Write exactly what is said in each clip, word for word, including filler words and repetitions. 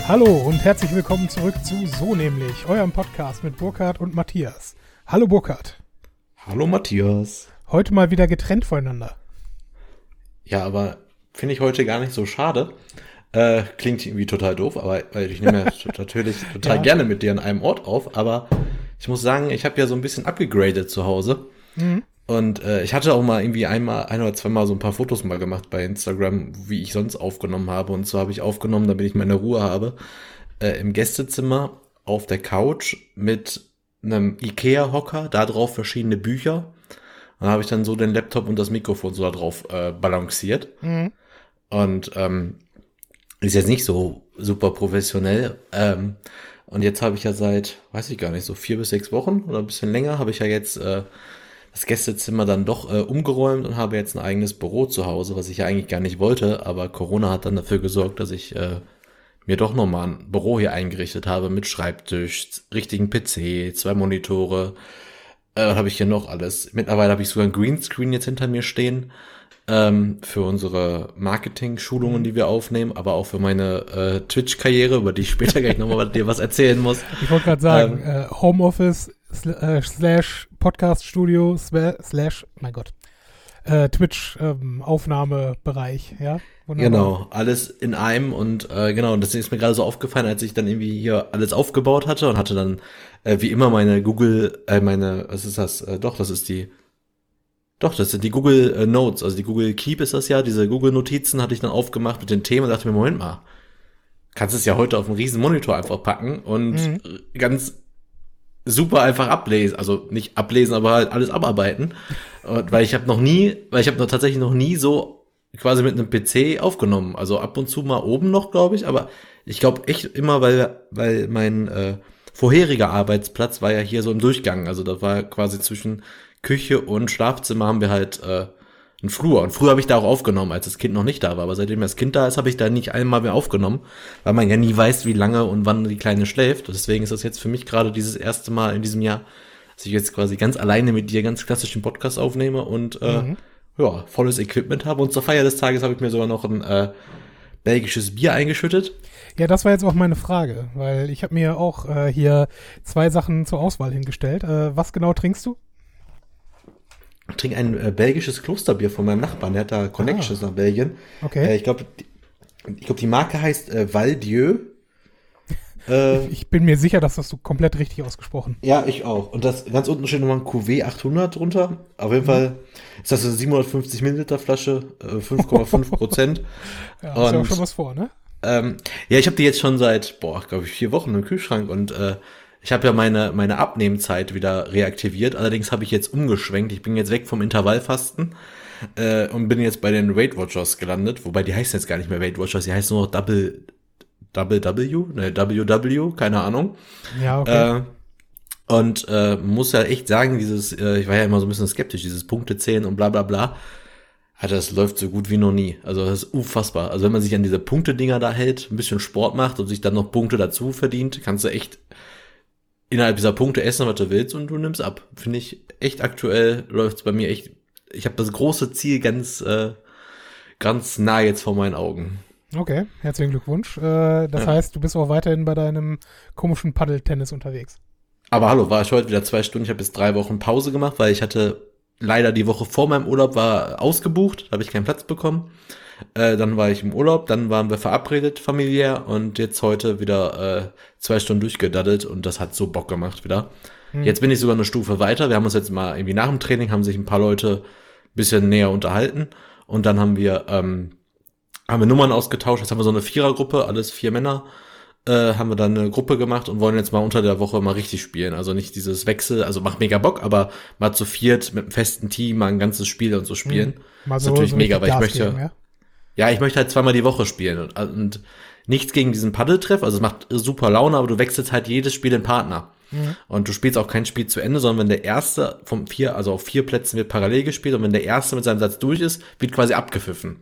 Hallo und herzlich willkommen zurück zu So nämlich, eurem Podcast mit Burkhard und Matthias. Hallo Burkhard. Hallo Matthias. Heute mal wieder getrennt voneinander. Ja, aber finde ich heute gar nicht so schade. Äh, klingt irgendwie total doof, aber weil ich nehme ja natürlich total Ja. gerne mit dir an einem Ort auf, aber ich muss sagen, ich habe ja so ein bisschen abgegradet zu Hause. Mhm. Und äh, ich hatte auch mal irgendwie einmal, ein oder zweimal so ein paar Fotos mal gemacht bei Instagram, wie ich sonst aufgenommen habe. Und so habe ich aufgenommen, damit ich meine Ruhe habe, äh, im Gästezimmer auf der Couch mit einem Ikea-Hocker, da drauf verschiedene Bücher. Dann habe ich dann so den Laptop und das Mikrofon so da drauf äh, balanciert. Mhm. Und ähm, ist jetzt nicht so super professionell. Ähm, und jetzt habe ich ja seit, weiß ich gar nicht, so vier bis sechs Wochen oder ein bisschen länger, habe ich ja jetzt äh, das Gästezimmer dann doch äh, umgeräumt und habe jetzt ein eigenes Büro zu Hause, was ich ja eigentlich gar nicht wollte. Aber Corona hat dann dafür gesorgt, dass ich äh, mir doch nochmal ein Büro hier eingerichtet habe mit Schreibtisch, richtigen P C, zwei Monitore. Äh, was habe ich hier noch alles? Mittlerweile habe ich sogar ein Greenscreen jetzt hinter mir stehen. Ähm, für unsere Marketing-Schulungen, die wir aufnehmen, aber auch für meine äh, Twitch-Karriere, über die ich später gleich nochmal dir was erzählen muss. Ich wollte gerade sagen, Ähm, äh, Homeoffice sl- äh, slash Podcast-Studio swa- slash, mein Gott, äh, Twitch-Aufnahmebereich, ja? Wunderbar. Genau, alles in einem und äh, genau, und das ist mir gerade so aufgefallen, als ich dann irgendwie hier alles aufgebaut hatte und hatte dann äh, wie immer meine Google, äh, meine, was ist das? Äh, doch, das ist die, doch, das sind die Google äh, Notes, also die Google Keep ist das ja, diese Google Notizen hatte ich dann aufgemacht mit den Themen und dachte mir, Moment mal, kannst es ja heute auf einen riesen Monitor einfach packen und Mhm. äh, ganz super einfach ablesen, also nicht ablesen, aber halt alles abarbeiten, und weil ich habe noch nie, weil ich habe noch tatsächlich noch nie so quasi mit einem P C aufgenommen, also ab und zu mal oben noch, glaube ich, aber ich glaube echt immer, weil weil mein äh, vorheriger Arbeitsplatz war ja hier so im Durchgang, also da war quasi zwischen Küche und Schlafzimmer haben wir halt äh, einen Flur, und früher habe ich da auch aufgenommen, als das Kind noch nicht da war, aber seitdem das Kind da ist, habe ich da nicht einmal mehr aufgenommen, weil man ja nie weiß, wie lange und wann die Kleine schläft. Deswegen ist das jetzt für mich gerade dieses erste Mal in diesem Jahr, dass ich jetzt quasi ganz alleine mit dir ganz klassischen Podcast aufnehme und äh, Mhm. ja, volles Equipment habe. Und zur Feier des Tages habe ich mir sogar noch ein äh, belgisches Bier eingeschüttet. Ja, das war jetzt auch meine Frage, weil ich habe mir auch äh, hier zwei Sachen zur Auswahl hingestellt. Äh, was genau trinkst du? Ich trinke ein äh, belgisches Klosterbier von meinem Nachbarn, der hat da Connections nach Belgien. Okay. Äh, ich glaube, ich glaube, die Marke heißt äh, Val Dieu. Äh, Ich bin mir sicher, dass das du komplett richtig ausgesprochen. Ja, ich auch. Und das ganz unten steht nochmal ein Q W achthundert drunter. Auf jeden Fall ist das eine siebenhundertfünfzig Milliliter Flasche, äh, fünf Komma fünf Prozent. Ja, hast ja auch Und- schon was vor, ne? ähm, ja, ich habe die jetzt schon seit, boah, glaube ich, vier Wochen im Kühlschrank, und äh, ich habe ja meine meine Abnehmzeit wieder reaktiviert. Allerdings habe ich jetzt umgeschwenkt. Ich bin jetzt weg vom Intervallfasten äh, und bin jetzt bei den Weight Watchers gelandet. Wobei die heißen jetzt gar nicht mehr Weight Watchers, die heißen nur noch Double Double W, ne, W W, keine Ahnung. Ja, okay. Äh, und äh, muss ja echt sagen, dieses, äh, ich war ja immer so ein bisschen skeptisch, dieses Punktezählen und bla bla bla. Alter, das läuft so gut wie noch nie. Also das ist unfassbar. Also wenn man sich an diese Punktedinger da hält, ein bisschen Sport macht und sich dann noch Punkte dazu verdient, kannst du echt innerhalb dieser Punkte essen, was du willst, und du nimmst ab. Finde ich echt aktuell, läuft's bei mir echt. Ich habe das große Ziel ganz, äh, ganz nah jetzt vor meinen Augen. Okay, herzlichen Glückwunsch. Äh, das Ja. heißt, du bist auch weiterhin bei deinem komischen Paddeltennis unterwegs. Aber hallo, war ich heute wieder zwei Stunden. Ich habe jetzt drei Wochen Pause gemacht, weil ich hatte leider die Woche vor meinem Urlaub war ausgebucht, da habe ich keinen Platz bekommen. Äh, dann war ich im Urlaub, dann waren wir verabredet familiär, und jetzt heute wieder äh, zwei Stunden durchgedaddelt, und das hat so Bock gemacht wieder. Hm. Jetzt bin ich sogar eine Stufe weiter. Wir haben uns jetzt mal irgendwie nach dem Training, haben sich ein paar Leute ein bisschen näher unterhalten, und dann haben wir ähm, haben wir Nummern ausgetauscht. Jetzt haben wir so eine Vierergruppe, alles vier Männer, äh, haben wir dann eine Gruppe gemacht und wollen jetzt mal unter der Woche mal richtig spielen. Also nicht dieses Wechsel, also macht mega Bock, aber mal zu viert mit einem festen Team mal ein ganzes Spiel und so spielen. Hm. Mal Das ist natürlich mega, richtig weil ich Gas möchte, geben, ja? ja, ich möchte halt zweimal die Woche spielen, und, und nichts gegen diesen Paddeltreff, also es macht super Laune, aber du wechselst halt jedes Spiel den Partner. Mhm. Und du spielst auch kein Spiel zu Ende, sondern wenn der Erste vom vier, also auf vier Plätzen wird parallel gespielt, und wenn der Erste mit seinem Satz durch ist, wird quasi abgepfiffen.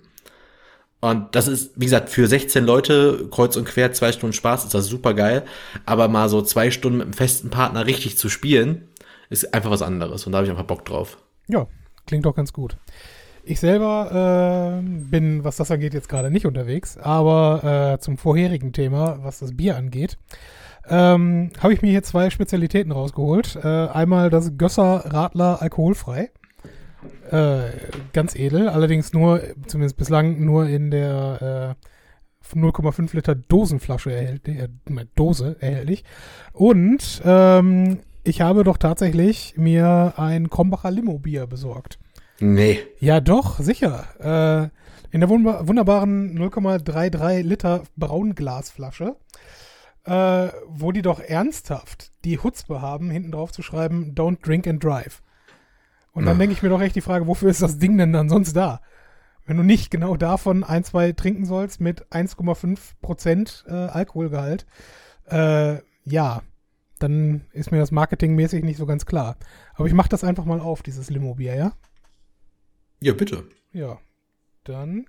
Und das ist, wie gesagt, für sechzehn Leute, kreuz und quer, zwei Stunden Spaß, ist das super geil. Aber mal so zwei Stunden mit einem festen Partner richtig zu spielen, ist einfach was anderes. Und da habe ich einfach Bock drauf. Ja, klingt doch ganz gut. Ich selber äh, bin, was das angeht, jetzt gerade nicht unterwegs, aber äh, zum vorherigen Thema, was das Bier angeht, ähm, habe ich mir hier zwei Spezialitäten rausgeholt. Äh, einmal das Gösser Radler alkoholfrei. Äh, ganz edel, allerdings nur, zumindest bislang nur in der äh, null Komma fünf Liter Dosenflasche erhältlich, äh, Dose erhältlich. Und ähm, ich habe doch tatsächlich mir ein Krombacher Limo-Bier besorgt. Nee. Ja, doch, sicher. Äh, in der wunderbar, wunderbaren null Komma dreiunddreißig Liter Braunglasflasche, äh, wo die doch ernsthaft die Chutzpe haben, hinten drauf zu schreiben, don't drink and drive. Und dann denke ich mir doch echt die Frage, wofür ist das Ding denn dann sonst da? Wenn du nicht genau davon ein, zwei trinken sollst mit eins Komma fünf Prozent äh, Alkoholgehalt, äh, ja, dann ist mir das marketingmäßig nicht so ganz klar. Aber ich mache das einfach mal auf, dieses Limo-Bier, ja? Ja, bitte. Ja, dann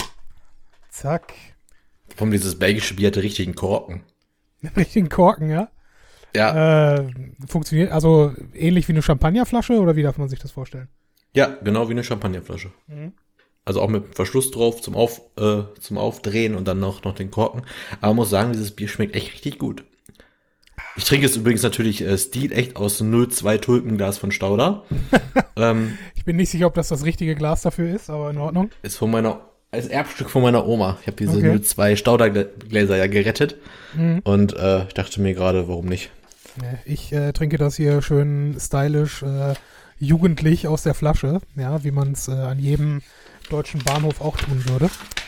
zack. Warum dieses belgische Bier hat den richtigen Korken? Richtigen Korken, ja? Ja. Äh, funktioniert, also ähnlich wie eine Champagnerflasche oder wie darf man sich das vorstellen? Ja, genau wie eine Champagnerflasche. Mhm. Also auch mit Verschluss drauf zum, Auf, äh, zum Aufdrehen und dann noch, noch den Korken. Aber man muss sagen, dieses Bier schmeckt echt richtig gut. Ich trinke es übrigens natürlich äh, stilecht aus dem null Komma zwei Tulpenglas von Stauder. ähm, ich bin nicht sicher, ob das das richtige Glas dafür ist, aber in Ordnung. Ist von meiner, als Erbstück von meiner Oma. Ich habe diese Okay. null Komma zwei Staudergläser ja gerettet. Mhm. Und äh, ich dachte mir gerade, warum nicht? Ja, ich äh, trinke das hier schön stylisch, äh, jugendlich aus der Flasche, ja, wie man es äh, an jedem deutschen Bahnhof auch tun würde.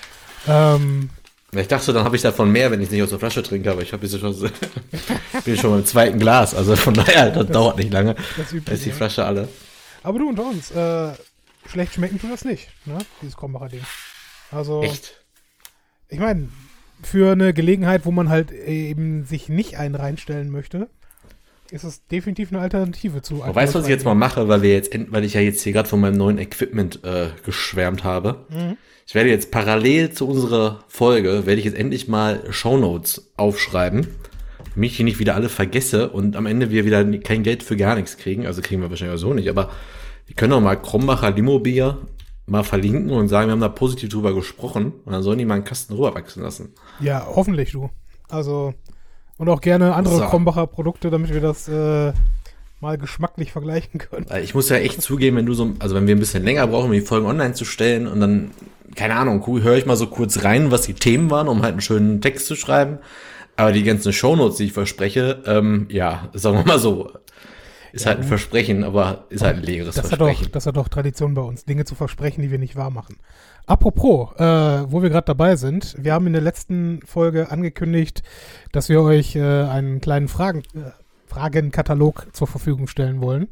Ähm, Ich dachte, dann habe ich davon mehr, wenn ich nicht aus der Flasche trinke, aber ich habe jetzt schon, bin schon beim zweiten Glas, also von daher, das, das dauert nicht lange. Das übliche, Da ist die ja. Flasche alle. Aber du unter uns, äh, schlecht schmecken tut das nicht, ne, dieses Krombacher Ding. Also, Echt? ich meine, für eine Gelegenheit, wo man halt eben sich nicht einen reinstellen möchte, ist es definitiv eine Alternative zu. Aber weißt du, was ich jetzt mal mache, weil wir jetzt, end- weil ich ja jetzt hier gerade von meinem neuen Equipment äh, geschwärmt habe? Mhm. Ich werde jetzt parallel zu unserer Folge, werde ich jetzt endlich mal Shownotes aufschreiben, damit ich die nicht wieder alle vergesse und am Ende wir wieder kein Geld für gar nichts kriegen. Also kriegen wir wahrscheinlich auch so nicht, aber wir können doch mal Krombacher Limo-Bier mal verlinken und sagen, wir haben da positiv drüber gesprochen und dann sollen die mal einen Kasten rüberwachsen lassen. Ja, hoffentlich, du. Also, und auch gerne andere So. Krombacher Produkte, damit wir das äh, mal geschmacklich vergleichen können. Weil Ich muss ja echt zugeben, wenn du so, also wenn wir ein bisschen länger brauchen, um die Folgen online zu stellen und dann, keine Ahnung, höre ich mal so kurz rein, was die Themen waren, um halt einen schönen Text zu schreiben. Aber die ganzen Shownotes, die ich verspreche, ähm, ja, sagen wir mal so, ist Ja, halt ein gut. Versprechen, aber ist halt ein leeres Das hat, doch, Versprechen. das hat doch Tradition bei uns, Dinge zu versprechen, die wir nicht wahr machen. Apropos, äh, wo wir gerade dabei sind, wir haben in der letzten Folge angekündigt, dass wir euch äh, einen kleinen Fragen, äh, Fragenkatalog zur Verfügung stellen wollen,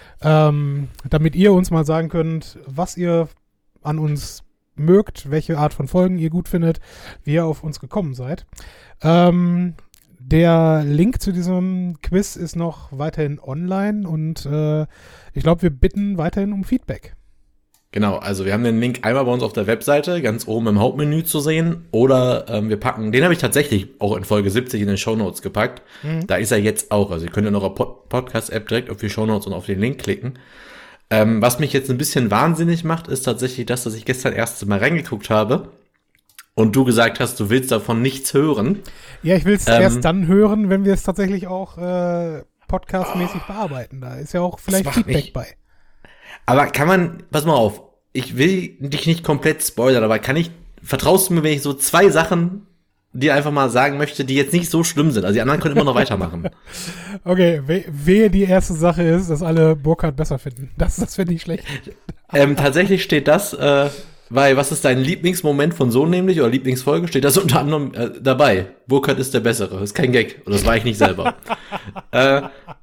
ähm, damit ihr uns mal sagen könnt, was ihr an uns mögt, welche Art von Folgen ihr gut findet, wie ihr auf uns gekommen seid. Ähm, der Link zu diesem Quiz ist noch weiterhin online und äh, ich glaube, wir bitten weiterhin um Feedback. Genau, also wir haben den Link einmal bei uns auf der Webseite, ganz oben im Hauptmenü zu sehen. Oder ähm, wir packen, den habe ich tatsächlich auch in Folge siebzig in den Shownotes gepackt. Mhm. Da ist er jetzt auch. Also ihr könnt in eurer Pod- Podcast-App direkt auf die Shownotes und auf den Link klicken. Ähm, was mich jetzt ein bisschen wahnsinnig macht, ist tatsächlich das, dass ich gestern erst mal reingeguckt habe und du gesagt hast, du willst davon nichts hören. Ja, ich will es Ähm, erst dann hören, wenn wir es tatsächlich auch äh, podcastmäßig bearbeiten. Da ist ja auch vielleicht macht Feedback mich- bei. Aber kann man, pass mal auf, ich will dich nicht komplett spoilern, aber kann ich, vertraust du mir, wenn ich so zwei Sachen dir einfach mal sagen möchte, die jetzt nicht so schlimm sind? Also die anderen können immer noch weitermachen. Okay, we wehe die erste Sache ist, dass alle Burkhardt besser finden. Das, das finde ich schlecht. ähm, tatsächlich steht das, äh, weil, was ist dein Lieblingsmoment von so nämlich, oder Lieblingsfolge, steht das unter anderem äh, dabei. Burkhardt ist der Bessere, das ist kein Gag, und das war ich nicht selber. äh,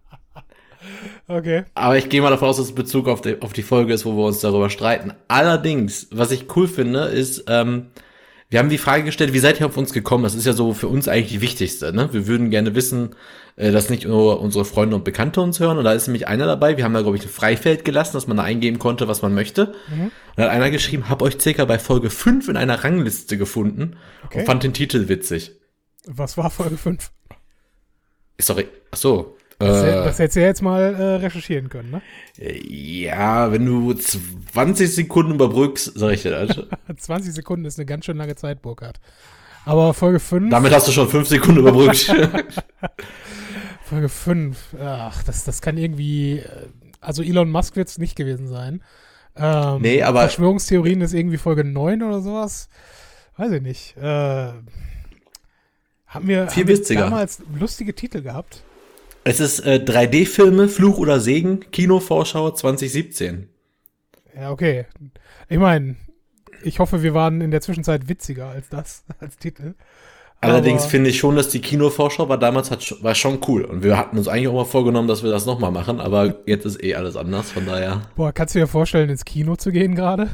Okay. Aber ich gehe mal davon aus, dass es Bezug auf die, auf die Folge ist, wo wir uns darüber streiten. Allerdings, was ich cool finde, ist, ähm, wir haben die Frage gestellt, wie seid ihr auf uns gekommen? Das ist ja so für uns eigentlich die wichtigste, ne? Wir würden gerne wissen, äh, dass nicht nur unsere Freunde und Bekannte uns hören. Und da ist nämlich einer dabei, wir haben da, glaube ich, ein Freifeld gelassen, dass man da eingeben konnte, was man möchte. Mhm. Und da hat einer geschrieben, hab euch circa bei Folge fünf in einer Rangliste gefunden Okay. und fand den Titel witzig. Was war Folge fünf? Sorry, ach so. Das, äh, das hättest du ja jetzt mal äh, recherchieren können, ne? Ja, wenn du zwanzig Sekunden überbrückst, sag ich dir das. zwanzig Sekunden ist eine ganz schön lange Zeit, Burkhard. Aber Folge fünf... Damit hast du schon fünf Sekunden überbrückt. Folge fünf, ach, das, das kann irgendwie... Also Elon Musk wird es nicht gewesen sein. Ähm, nee, aber... Verschwörungstheorien ist irgendwie Folge neun oder sowas. Weiß ich nicht. Äh, haben wir, Viel haben wir witziger. damals lustige Titel gehabt? Es ist äh, drei D-Filme, Fluch oder Segen, Kinovorschau zwanzig siebzehn. Ja, okay. Ich meine, ich hoffe, wir waren in der Zwischenzeit witziger als das, als Titel. Allerdings Aber finde ich schon, dass die Kinovorschau war damals hat, war schon cool. Und wir hatten uns eigentlich auch mal vorgenommen, dass wir das nochmal machen. Aber jetzt ist eh alles anders, von daher. Boah, kannst du dir vorstellen, ins Kino zu gehen gerade?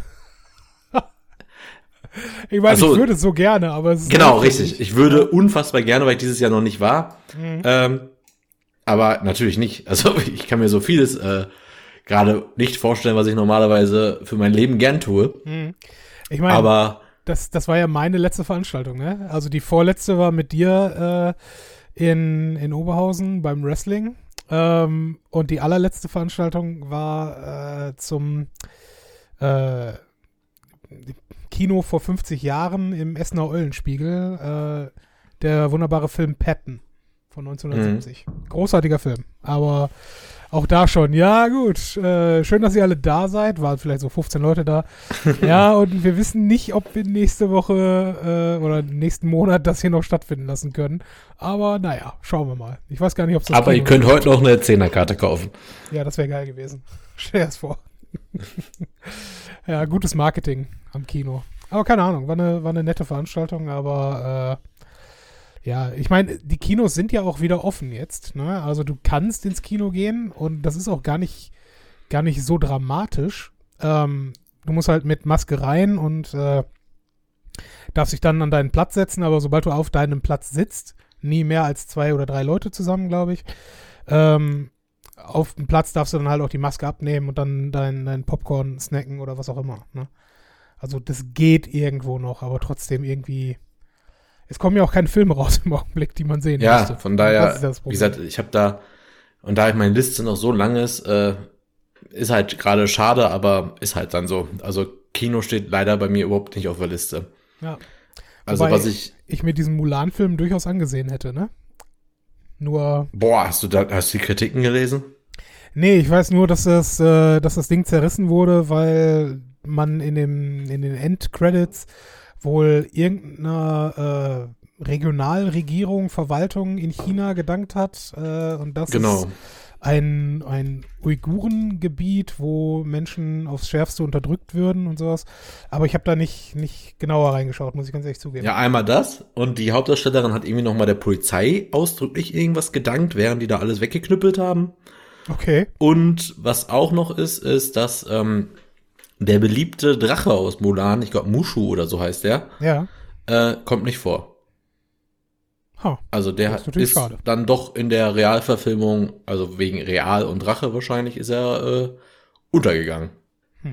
Ich meine, so, ich würde so gerne, aber es ist genau, richtig. Ich würde unfassbar gerne, weil ich dieses Jahr noch nicht war. Mhm. Ähm, aber natürlich nicht. Also ich kann mir so vieles äh, gerade nicht vorstellen, was ich normalerweise für mein Leben gern tue. Mhm. Ich meine, aber das, das war ja meine letzte Veranstaltung, ne? Also die vorletzte war mit dir äh, in, in Oberhausen beim Wrestling. Ähm, und die allerletzte Veranstaltung war äh, zum äh, Kino vor fünfzig Jahren im Essener Eulenspiegel. Äh, der wunderbare Film Patton von neunzehnhundertsiebzig. Mhm. Großartiger Film. Aber auch da schon, ja gut, äh, schön, dass ihr alle da seid. Waren vielleicht so fünfzehn Leute da. Ja, und wir wissen nicht, ob wir nächste Woche äh, oder nächsten Monat das hier noch stattfinden lassen können. Aber naja, schauen wir mal. Ich weiß gar nicht, ob es das Aber Kino ihr könnt gibt. heute noch eine Zehnerkarte kaufen. Ja, das wäre geil gewesen. Stell dir das vor. Ja, gutes Marketing am Kino. Aber keine Ahnung, war eine, war eine nette Veranstaltung, aber äh, ja, ich meine, die Kinos sind ja auch wieder offen jetzt, ne? Also du kannst ins Kino gehen und das ist auch gar nicht, gar nicht so dramatisch. Ähm, du musst halt mit Maske rein und äh, darfst dich dann an deinen Platz setzen, aber sobald du auf deinem Platz sitzt, nie mehr als zwei oder drei Leute zusammen, glaube ich, ähm, auf dem Platz darfst du dann halt auch die Maske abnehmen und dann dein, dein Popcorn snacken oder was auch immer, ne? Also das geht irgendwo noch, aber trotzdem irgendwie. Es kommen ja auch keine Filme raus im Augenblick, die man sehen ja, müsste. Ja, von daher, ja wie gesagt, ich habe da, und da meine Liste noch so lang ist, äh, ist halt gerade schade, aber ist halt dann so. Also Kino steht leider bei mir überhaupt nicht auf der Liste. Ja. Also Wobei was ich... ich mir diesen Mulan-Film durchaus angesehen hätte, ne? Nur... Boah, hast du da, hast du die Kritiken gelesen? Nee, ich weiß nur, dass das, äh, dass das Ding zerrissen wurde, weil man in dem in den Endcredits wohl irgendeiner äh, Regionalregierung, Verwaltung in China gedankt hat. Äh, und das genau. ist ein, ein Uigurengebiet, wo Menschen aufs Schärfste unterdrückt würden und sowas. Aber ich habe da nicht, nicht genauer reingeschaut, muss ich ganz ehrlich zugeben. Ja, einmal das. Und die Hauptdarstellerin hat irgendwie nochmal der Polizei ausdrücklich irgendwas gedankt, während die da alles weggeknüppelt haben. Okay. Und was auch noch ist, ist, dass ähm, der beliebte Drache aus Mulan, ich glaube Mushu oder so heißt der, ja. äh, kommt nicht vor. Huh. Also der ist, ist schade. dann doch in der Realverfilmung, also wegen Real und Drache wahrscheinlich, ist er äh, untergegangen. Hm.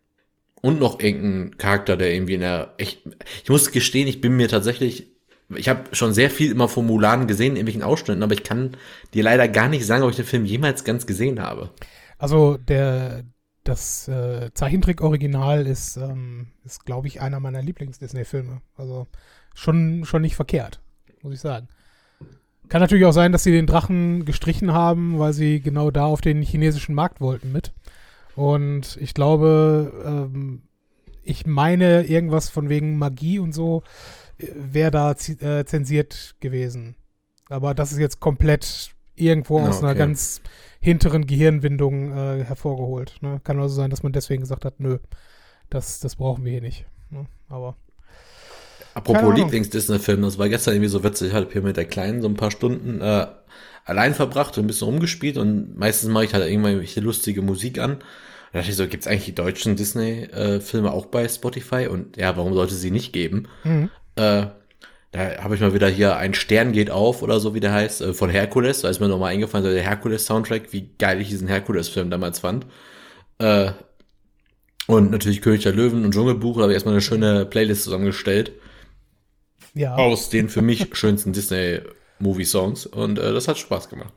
Und noch irgendein Charakter, der irgendwie in der echt, ich muss gestehen, ich bin mir tatsächlich, ich habe schon sehr viel immer von Mulan gesehen in irgendwelchen Ausschnitten, aber ich kann dir leider gar nicht sagen, ob ich den Film jemals ganz gesehen habe. Also der das äh, Zeichentrick-Original ist, ähm, ist glaube ich, einer meiner Lieblings-Disney-Filme. Also schon, schon nicht verkehrt, muss ich sagen. Kann natürlich auch sein, dass sie den Drachen gestrichen haben, weil sie genau da auf den chinesischen Markt wollten mit. Und ich glaube, ähm, ich meine irgendwas von wegen Magie und so wäre da z- äh, zensiert gewesen. Aber das ist jetzt komplett irgendwo aus okay. einer ganz hinteren Gehirnwindung äh, hervorgeholt. Ne? Kann also sein, dass man deswegen gesagt hat, nö, das, das brauchen wir hier nicht. Ne? Aber apropos Lieblings-Disney-Film, das war gestern irgendwie so witzig, ich habe hier mit der Kleinen so ein paar Stunden äh, allein verbracht und ein bisschen rumgespielt und meistens mache ich halt irgendwelche lustige Musik an. Und da dachte ich so, gibt's eigentlich die deutschen Disney-Filme auch bei Spotify? Und ja, warum sollte sie nicht geben? Mhm. Äh, da habe ich mal wieder hier Ein Stern geht auf oder so, wie der heißt, äh, von Herkules. Da ist mir nochmal eingefallen, so der Herkules-Soundtrack, wie geil ich diesen Herkules-Film damals fand. Äh, und natürlich König der Löwen und Dschungelbuch, da habe ich erstmal eine schöne Playlist zusammengestellt. Ja. Aus den für mich schönsten Disney-Movie-Songs. Und äh, das hat Spaß gemacht.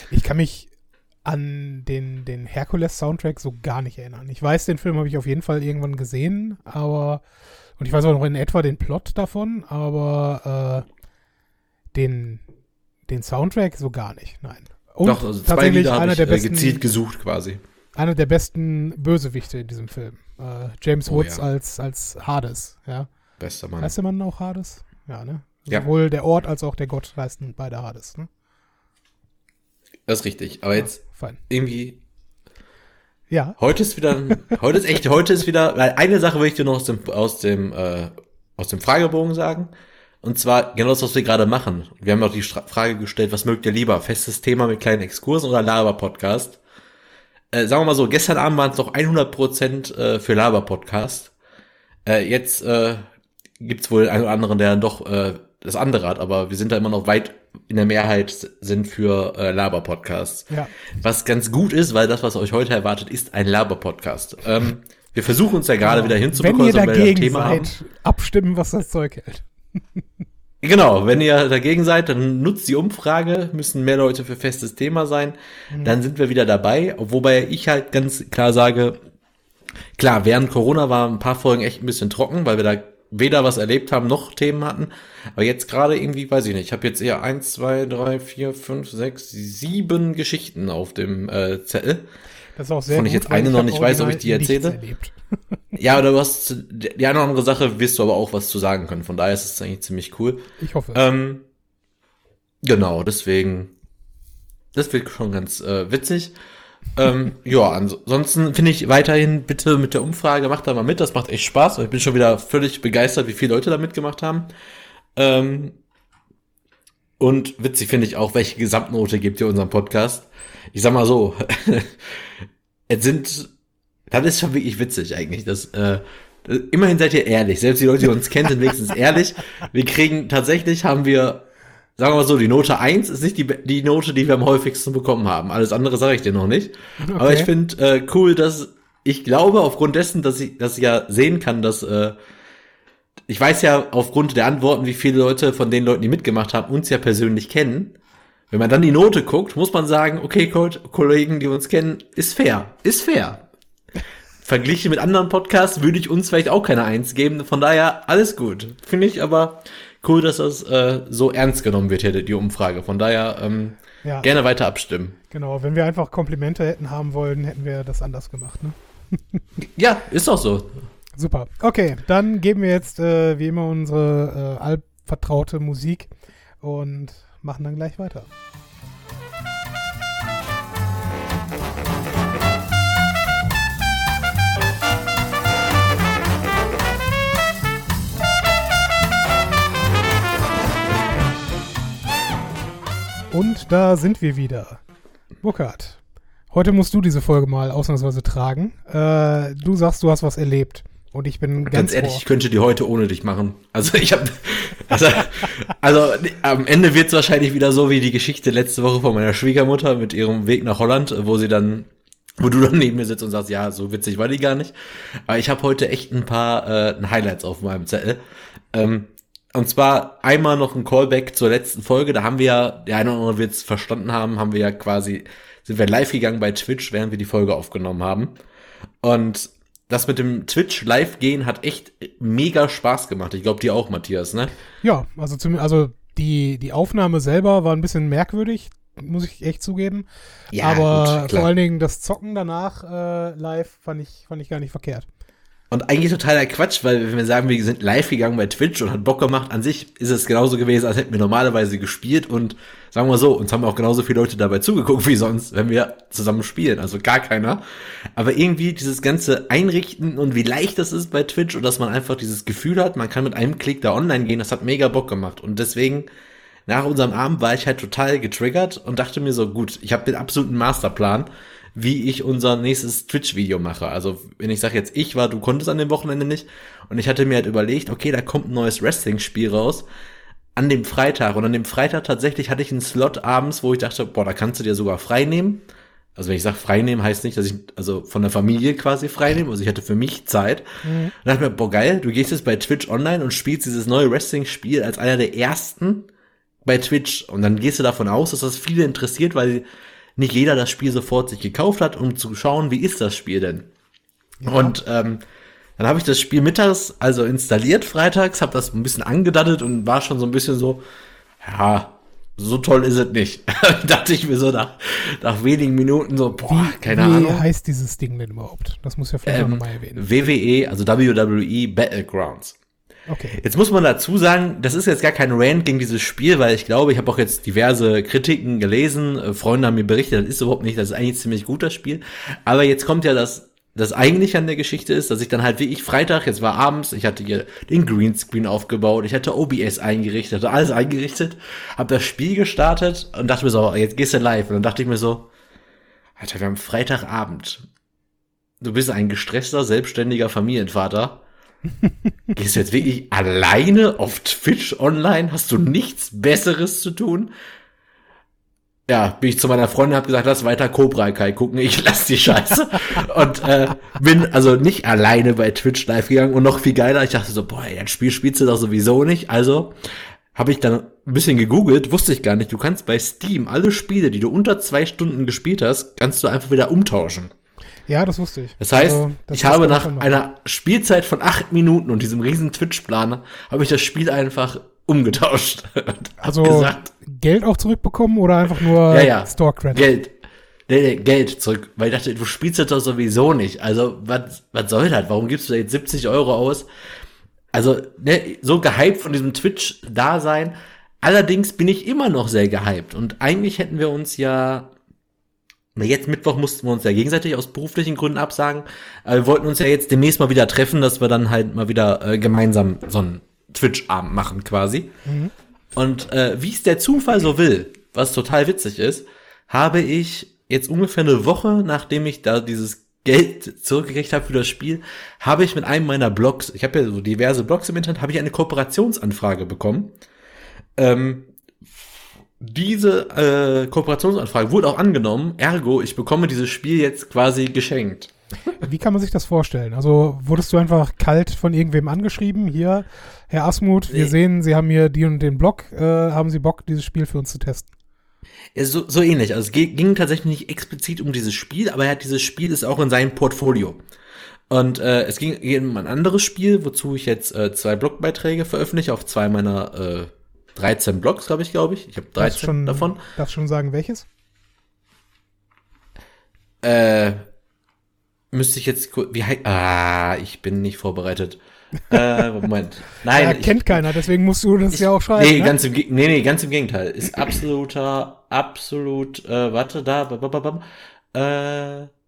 Ich kann mich an den, den Herkules-Soundtrack so gar nicht erinnern. Ich weiß, den Film habe ich auf jeden Fall irgendwann gesehen, aber und ich weiß auch noch in etwa den Plot davon, aber äh, den, den Soundtrack so gar nicht, nein. Und Doch, also zwei Lieder habe ich der äh, besten, gezielt gesucht quasi. Einer der besten Bösewichte in diesem Film. Äh, James Oh, Woods ja. als, als Hades, ja. Bester Mann. Heißt der Mann auch Hades? Ja, ne? Ja. Sowohl der Ort als auch der Gott heißen beide Hades, ne? Das ist richtig. Aber jetzt Fein. irgendwie, Ja. heute ist wieder, heute ist echt, heute ist wieder, weil eine Sache will ich dir noch aus dem, aus dem, äh, aus dem Fragebogen sagen. Und zwar genau das, was wir gerade machen. Wir haben auch die Stra- Frage gestellt, was mögt ihr lieber? Festes Thema mit kleinen Exkursen oder Laber-Podcast? Äh, sagen wir mal so, gestern Abend waren es noch hundert Prozent äh, für Laber-Podcast. Äh, jetzt äh, gibt's wohl einen oder anderen, der dann doch äh, das andere hat, aber wir sind da immer noch weit in der Mehrheit sind für äh, Laber-Podcasts. Ja. Was ganz gut ist, weil das, was euch heute erwartet, ist ein Laber-Podcast. Ähm, wir versuchen uns ja gerade wieder hinzubekommen, Wenn ihr dass wir ein dagegen Thema haben. seid, abstimmen, was das Zeug hält. Genau, wenn ihr dagegen seid, dann nutzt die Umfrage, müssen mehr Leute für festes Thema sein, Mhm. dann sind wir wieder dabei, wobei ich halt ganz klar sage, klar, während Corona war ein paar Folgen echt ein bisschen trocken, weil wir da weder was erlebt haben, noch Themen hatten, aber jetzt gerade irgendwie, weiß ich nicht, ich habe jetzt eher eins, zwei, drei, vier, fünf, sechs, sieben Geschichten auf dem äh, Zettel. Das ist auch sehr Wovon ich gut, jetzt weil eine noch hab nicht weiß, ob ich original die nichts erzähle. erlebt. Ja, oder du hast, die eine oder andere Sache wirst du aber auch was zu sagen können, von daher ist es eigentlich ziemlich cool. Ich hoffe. Ähm, genau, deswegen, das wird schon ganz äh, witzig. ähm, ja, ansonsten finde ich weiterhin bitte mit der Umfrage, macht da mal mit, das macht echt Spaß. Ich bin schon wieder völlig begeistert, wie viele Leute da mitgemacht haben. Ähm, und witzig finde ich auch, welche Gesamtnote gibt ihr unserem Podcast. Ich sag mal so, es sind, das ist schon wirklich witzig eigentlich, dass, äh, immerhin seid ihr ehrlich, selbst die Leute, die uns kennen, sind wenigstens ehrlich. Wir kriegen, tatsächlich haben wir, sagen wir mal so, die Note eins ist nicht die, die Note, die wir am häufigsten bekommen haben. Alles andere sage ich dir noch nicht. Okay. Aber ich finde äh, cool, dass ich glaube, aufgrund dessen, dass ich, dass ich ja sehen kann, dass äh, ich weiß ja aufgrund der Antworten, wie viele Leute von den Leuten, die mitgemacht haben, uns ja persönlich kennen. Wenn man dann die Note guckt, muss man sagen, okay, Kollegen, die uns kennen, ist fair. Ist fair. Verglichen mit anderen Podcasts würde ich uns vielleicht auch keine Eins geben. Von daher alles gut. Finde ich aber cool, dass das äh, so ernst genommen wird hier, die Umfrage. Von daher ähm, Ja. gerne weiter abstimmen. Genau, wenn wir einfach Komplimente hätten haben wollen, hätten wir das anders gemacht, ne? Ja, ist doch so. Super. Okay, dann geben wir jetzt äh, wie immer unsere äh, altvertraute Musik und machen dann gleich weiter. Und da sind wir wieder. Burkhard, heute musst du diese Folge mal ausnahmsweise tragen. Äh, du sagst, du hast was erlebt. Und ich bin ganz, Ganz ehrlich, ohr. ich könnte die heute ohne dich machen. Also ich habe, also, also am Ende wird es wahrscheinlich wieder so wie die Geschichte letzte Woche von meiner Schwiegermutter mit ihrem Weg nach Holland, wo sie dann, wo du dann neben mir sitzt und sagst, ja, so witzig war die gar nicht. Aber ich habe heute echt ein paar äh, Highlights auf meinem Zettel. Ähm, und zwar einmal noch ein Callback zur letzten Folge. Da haben wir ja, der eine oder andere wird es verstanden haben, haben wir ja quasi, sind wir live gegangen bei Twitch, während wir die Folge aufgenommen haben. Und das mit dem Twitch live gehen hat echt mega Spaß gemacht. Ich glaube, dir auch, Matthias, ne? Ja, also, zum, also die, die Aufnahme selber war ein bisschen merkwürdig, muss ich echt zugeben. Ja, Aber gut, klar. vor allen Dingen das Zocken danach äh, live fand ich, fand ich gar nicht verkehrt. Und eigentlich totaler Quatsch, weil wenn wir sagen, wir sind live gegangen bei Twitch und hat Bock gemacht, an sich ist es genauso gewesen, als hätten wir normalerweise gespielt und sagen wir so, uns haben auch genauso viele Leute dabei zugeguckt wie sonst, wenn wir zusammen spielen, also gar keiner. Aber irgendwie dieses ganze Einrichten und wie leicht das ist bei Twitch und dass man einfach dieses Gefühl hat, man kann mit einem Klick da online gehen, das hat mega Bock gemacht und deswegen nach unserem Abend war ich halt total getriggert und dachte mir so, gut, ich habe den absoluten Masterplan, wie ich unser nächstes Twitch-Video mache. Also wenn ich sage jetzt ich war, du konntest an dem Wochenende nicht und ich hatte mir halt überlegt, okay, da kommt ein neues Wrestling-Spiel raus an dem Freitag und an dem Freitag tatsächlich hatte ich einen Slot abends, wo ich dachte, boah, da kannst du dir sogar frei nehmen. Also wenn ich sage frei nehmen, heißt nicht, dass ich also von der Familie quasi frei nehme, also ich hatte für mich Zeit. Mhm. Und dachte mir, boah geil, du gehst jetzt bei Twitch online und spielst dieses neue Wrestling-Spiel als einer der ersten bei Twitch und dann gehst du davon aus, dass das viele interessiert, weil nicht jeder das Spiel sofort sich gekauft hat, um zu schauen, wie ist das Spiel denn. Ja. Und ähm, dann habe ich das Spiel mittags also installiert, freitags, habe das ein bisschen angedattet und war schon so ein bisschen so, ja, so toll ist es nicht. Dachte ich mir so nach, nach wenigen Minuten so, boah, wie, keine wie Ahnung. Wie heißt dieses Ding denn überhaupt? Das muss ja vielleicht ähm, nochmal erwähnen. W W E, also W W E Battlegrounds. Okay. Jetzt muss man dazu sagen, das ist jetzt gar kein Rant gegen dieses Spiel, weil ich glaube, ich habe auch jetzt diverse Kritiken gelesen, Freunde haben mir berichtet, das ist überhaupt nicht, das ist eigentlich ziemlich gut, das Spiel. Aber jetzt kommt ja das, das eigentliche an der Geschichte ist, dass ich dann halt wie ich Freitag, jetzt war abends, ich hatte hier den Greenscreen aufgebaut, ich hatte O B S eingerichtet, hatte alles eingerichtet, habe das Spiel gestartet und dachte mir so, jetzt gehst du live. Und dann dachte ich mir so, Alter, wir haben Freitagabend. Du bist ein gestresster, selbstständiger Familienvater. Gehst du jetzt wirklich alleine auf Twitch online? Hast du nichts Besseres zu tun? Ja, bin ich zu meiner Freundin, hab gesagt, lass weiter Cobra Kai gucken, ich lass die Scheiße. Und äh, bin also nicht alleine bei Twitch live gegangen und noch viel geiler, ich dachte so, boah, das Spiel spielst du doch sowieso nicht. Also habe ich dann ein bisschen gegoogelt, wusste ich gar nicht, du kannst bei Steam alle Spiele, die du unter zwei Stunden gespielt hast, kannst du einfach wieder umtauschen. Ja, das wusste ich. Das heißt, also, das ich habe nach einer Spielzeit von acht Minuten und diesem riesen Twitch-Planer, habe ich das Spiel einfach umgetauscht. Also gesagt, Geld auch zurückbekommen oder einfach nur ja, ja, Store-Credit? Geld. Nee, nee, Geld zurück. Weil ich dachte, du spielst das doch sowieso nicht. Also, was was soll das? Warum gibst du da jetzt siebzig Euro aus? Also, ne, so gehypt von diesem Twitch-Dasein. Allerdings bin ich immer noch sehr gehypt. Und eigentlich hätten wir uns ja jetzt Mittwoch mussten wir uns ja gegenseitig aus beruflichen Gründen absagen. Aber wir wollten uns ja jetzt demnächst mal wieder treffen, dass wir dann halt mal wieder äh, gemeinsam so einen Twitch-Abend machen quasi. Mhm. Und äh, wie es der Zufall so will, was total witzig ist, habe ich jetzt ungefähr eine Woche, nachdem ich da dieses Geld zurückgekriegt habe für das Spiel, habe ich mit einem meiner Blogs, ich habe ja so diverse Blogs im Internet, habe ich eine Kooperationsanfrage bekommen. Ähm, Diese äh, Kooperationsanfrage wurde auch angenommen, ergo, ich bekomme dieses Spiel jetzt quasi geschenkt. Wie kann man sich das vorstellen? Also wurdest du einfach kalt von irgendwem angeschrieben? Hier, Herr Asmuth, wir nee. sehen, Sie haben hier die und den Blog, äh, haben Sie Bock, dieses Spiel für uns zu testen? Ja, so, so ähnlich. Also es ging tatsächlich nicht explizit um dieses Spiel, aber er hat dieses Spiel ist auch in seinem Portfolio. Und äh, es ging um ein anderes Spiel, wozu ich jetzt äh, zwei Blogbeiträge veröffentliche auf zwei meiner äh, dreizehn Blogs, habe ich, glaube ich. Ich habe dreizehn schon, davon. Darfst du schon sagen, welches? Äh, müsste ich jetzt, wie heißt, ah, ich bin nicht vorbereitet. äh, Moment. Nein. Ja, kennt ich, keiner, deswegen musst du das ich, ja auch schreiben. Nee, ne? ganz im, nee, nee, ganz im Gegenteil. Ist absoluter, absolut, äh, warte, da, bababam, äh, äh,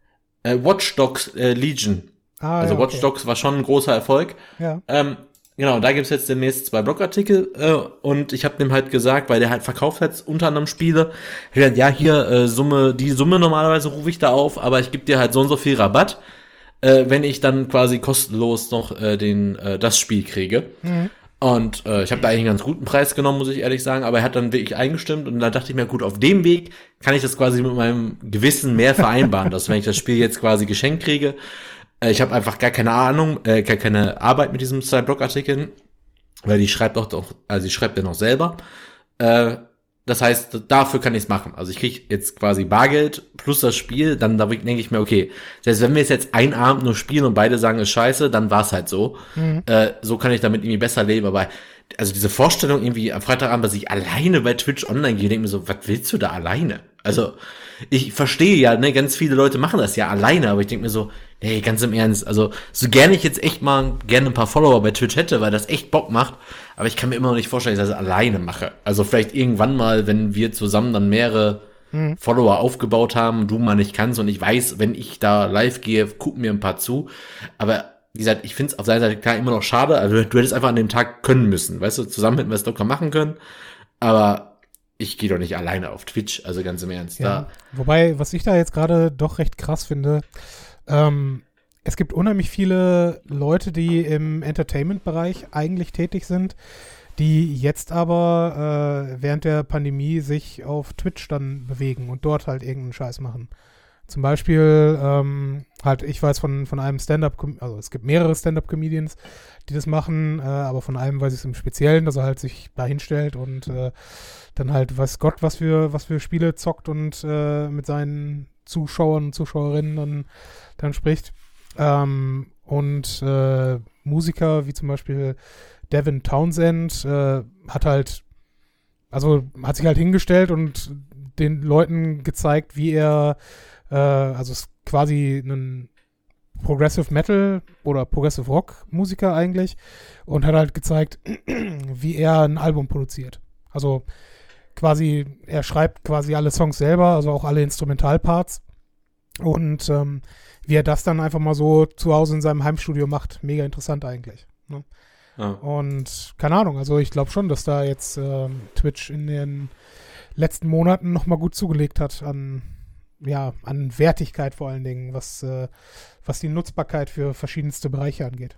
Watch Dogs äh, Legion. Ah, also ja, Watch okay. Dogs war schon ein großer Erfolg. Ja. Ähm, Genau, da gibt's jetzt demnächst zwei Blogartikel äh, und ich habe dem halt gesagt, weil der halt verkauft hat unter anderem Spiele, ich gesagt, ja hier äh, Summe, die Summe normalerweise rufe ich da auf, aber ich gebe dir halt so und so viel Rabatt, äh, wenn ich dann quasi kostenlos noch äh, den äh, das Spiel kriege. Mhm. Und äh, ich habe da eigentlich einen ganz guten Preis genommen, muss ich ehrlich sagen, aber er hat dann wirklich eingestimmt und da dachte ich mir, gut, auf dem Weg kann ich das quasi mit meinem Gewissen mehr vereinbaren, dass wenn ich das Spiel jetzt quasi geschenkt kriege, ich habe einfach gar keine Ahnung, äh, gar keine Arbeit mit diesen zwei Blogartikeln, weil die schreibt doch doch, also sie schreibt ja noch selber. Äh, das heißt, dafür kann ich es machen. Also ich kriege jetzt quasi Bargeld plus das Spiel, dann da denke ich mir, okay, selbst wenn wir es jetzt einen Abend nur spielen und beide sagen, ist scheiße, dann war es halt so. Mhm. Äh, so kann ich damit irgendwie besser leben, aber also diese Vorstellung irgendwie am Freitagabend, dass ich alleine bei Twitch online gehe, denke mir so, was willst du da alleine? Also ich verstehe ja, ne, ganz viele Leute machen das ja alleine, aber ich denke mir so, nee, ganz im Ernst, also so gerne ich jetzt echt mal gerne ein paar Follower bei Twitch hätte, weil das echt Bock macht, aber ich kann mir immer noch nicht vorstellen, dass ich das alleine mache. Also vielleicht irgendwann mal, wenn wir zusammen dann mehrere hm. Follower aufgebaut haben, du mal nicht kannst und ich weiß, wenn ich da live gehe, gucken mir ein paar zu, aber wie gesagt, ich finde es auf seiner Seite klar immer noch schade, also du hättest einfach an dem Tag können müssen, weißt du, zusammen hätten wir es locker machen können, aber ich gehe doch nicht alleine auf Twitch, also ganz im Ernst. Ja. Da. Wobei, was ich da jetzt gerade doch recht krass finde, ähm, es gibt unheimlich viele Leute, die im Entertainment-Bereich eigentlich tätig sind, die jetzt aber äh, während der Pandemie sich auf Twitch dann bewegen und dort halt irgendeinen Scheiß machen. Zum Beispiel, ähm, halt, ich weiß von, von einem Stand-Up, also es gibt mehrere Stand-Up-Comedians, die das machen, äh, aber von einem weiß ich es im Speziellen, dass er halt sich da hinstellt und äh, dann halt, weiß Gott, was für, was für Spiele zockt und äh, mit seinen Zuschauern und Zuschauerinnen dann, dann spricht. Ähm, und äh, Musiker wie zum Beispiel Devin Townsend äh, hat halt, also hat sich halt hingestellt und den Leuten gezeigt, wie er äh, also ist quasi ein Progressive Metal oder Progressive Rock Musiker eigentlich und hat halt gezeigt, wie er ein Album produziert. Also quasi, er schreibt quasi alle Songs selber, also auch alle Instrumentalparts und ähm, wie er das dann einfach mal so zu Hause in seinem Heimstudio macht. Mega interessant eigentlich. Ne? Ja. Und keine Ahnung, also ich glaube schon, dass da jetzt ähm, Twitch in den letzten Monaten nochmal gut zugelegt hat an ja, an Wertigkeit vor allen Dingen, was, äh, was die Nutzbarkeit für verschiedenste Bereiche angeht.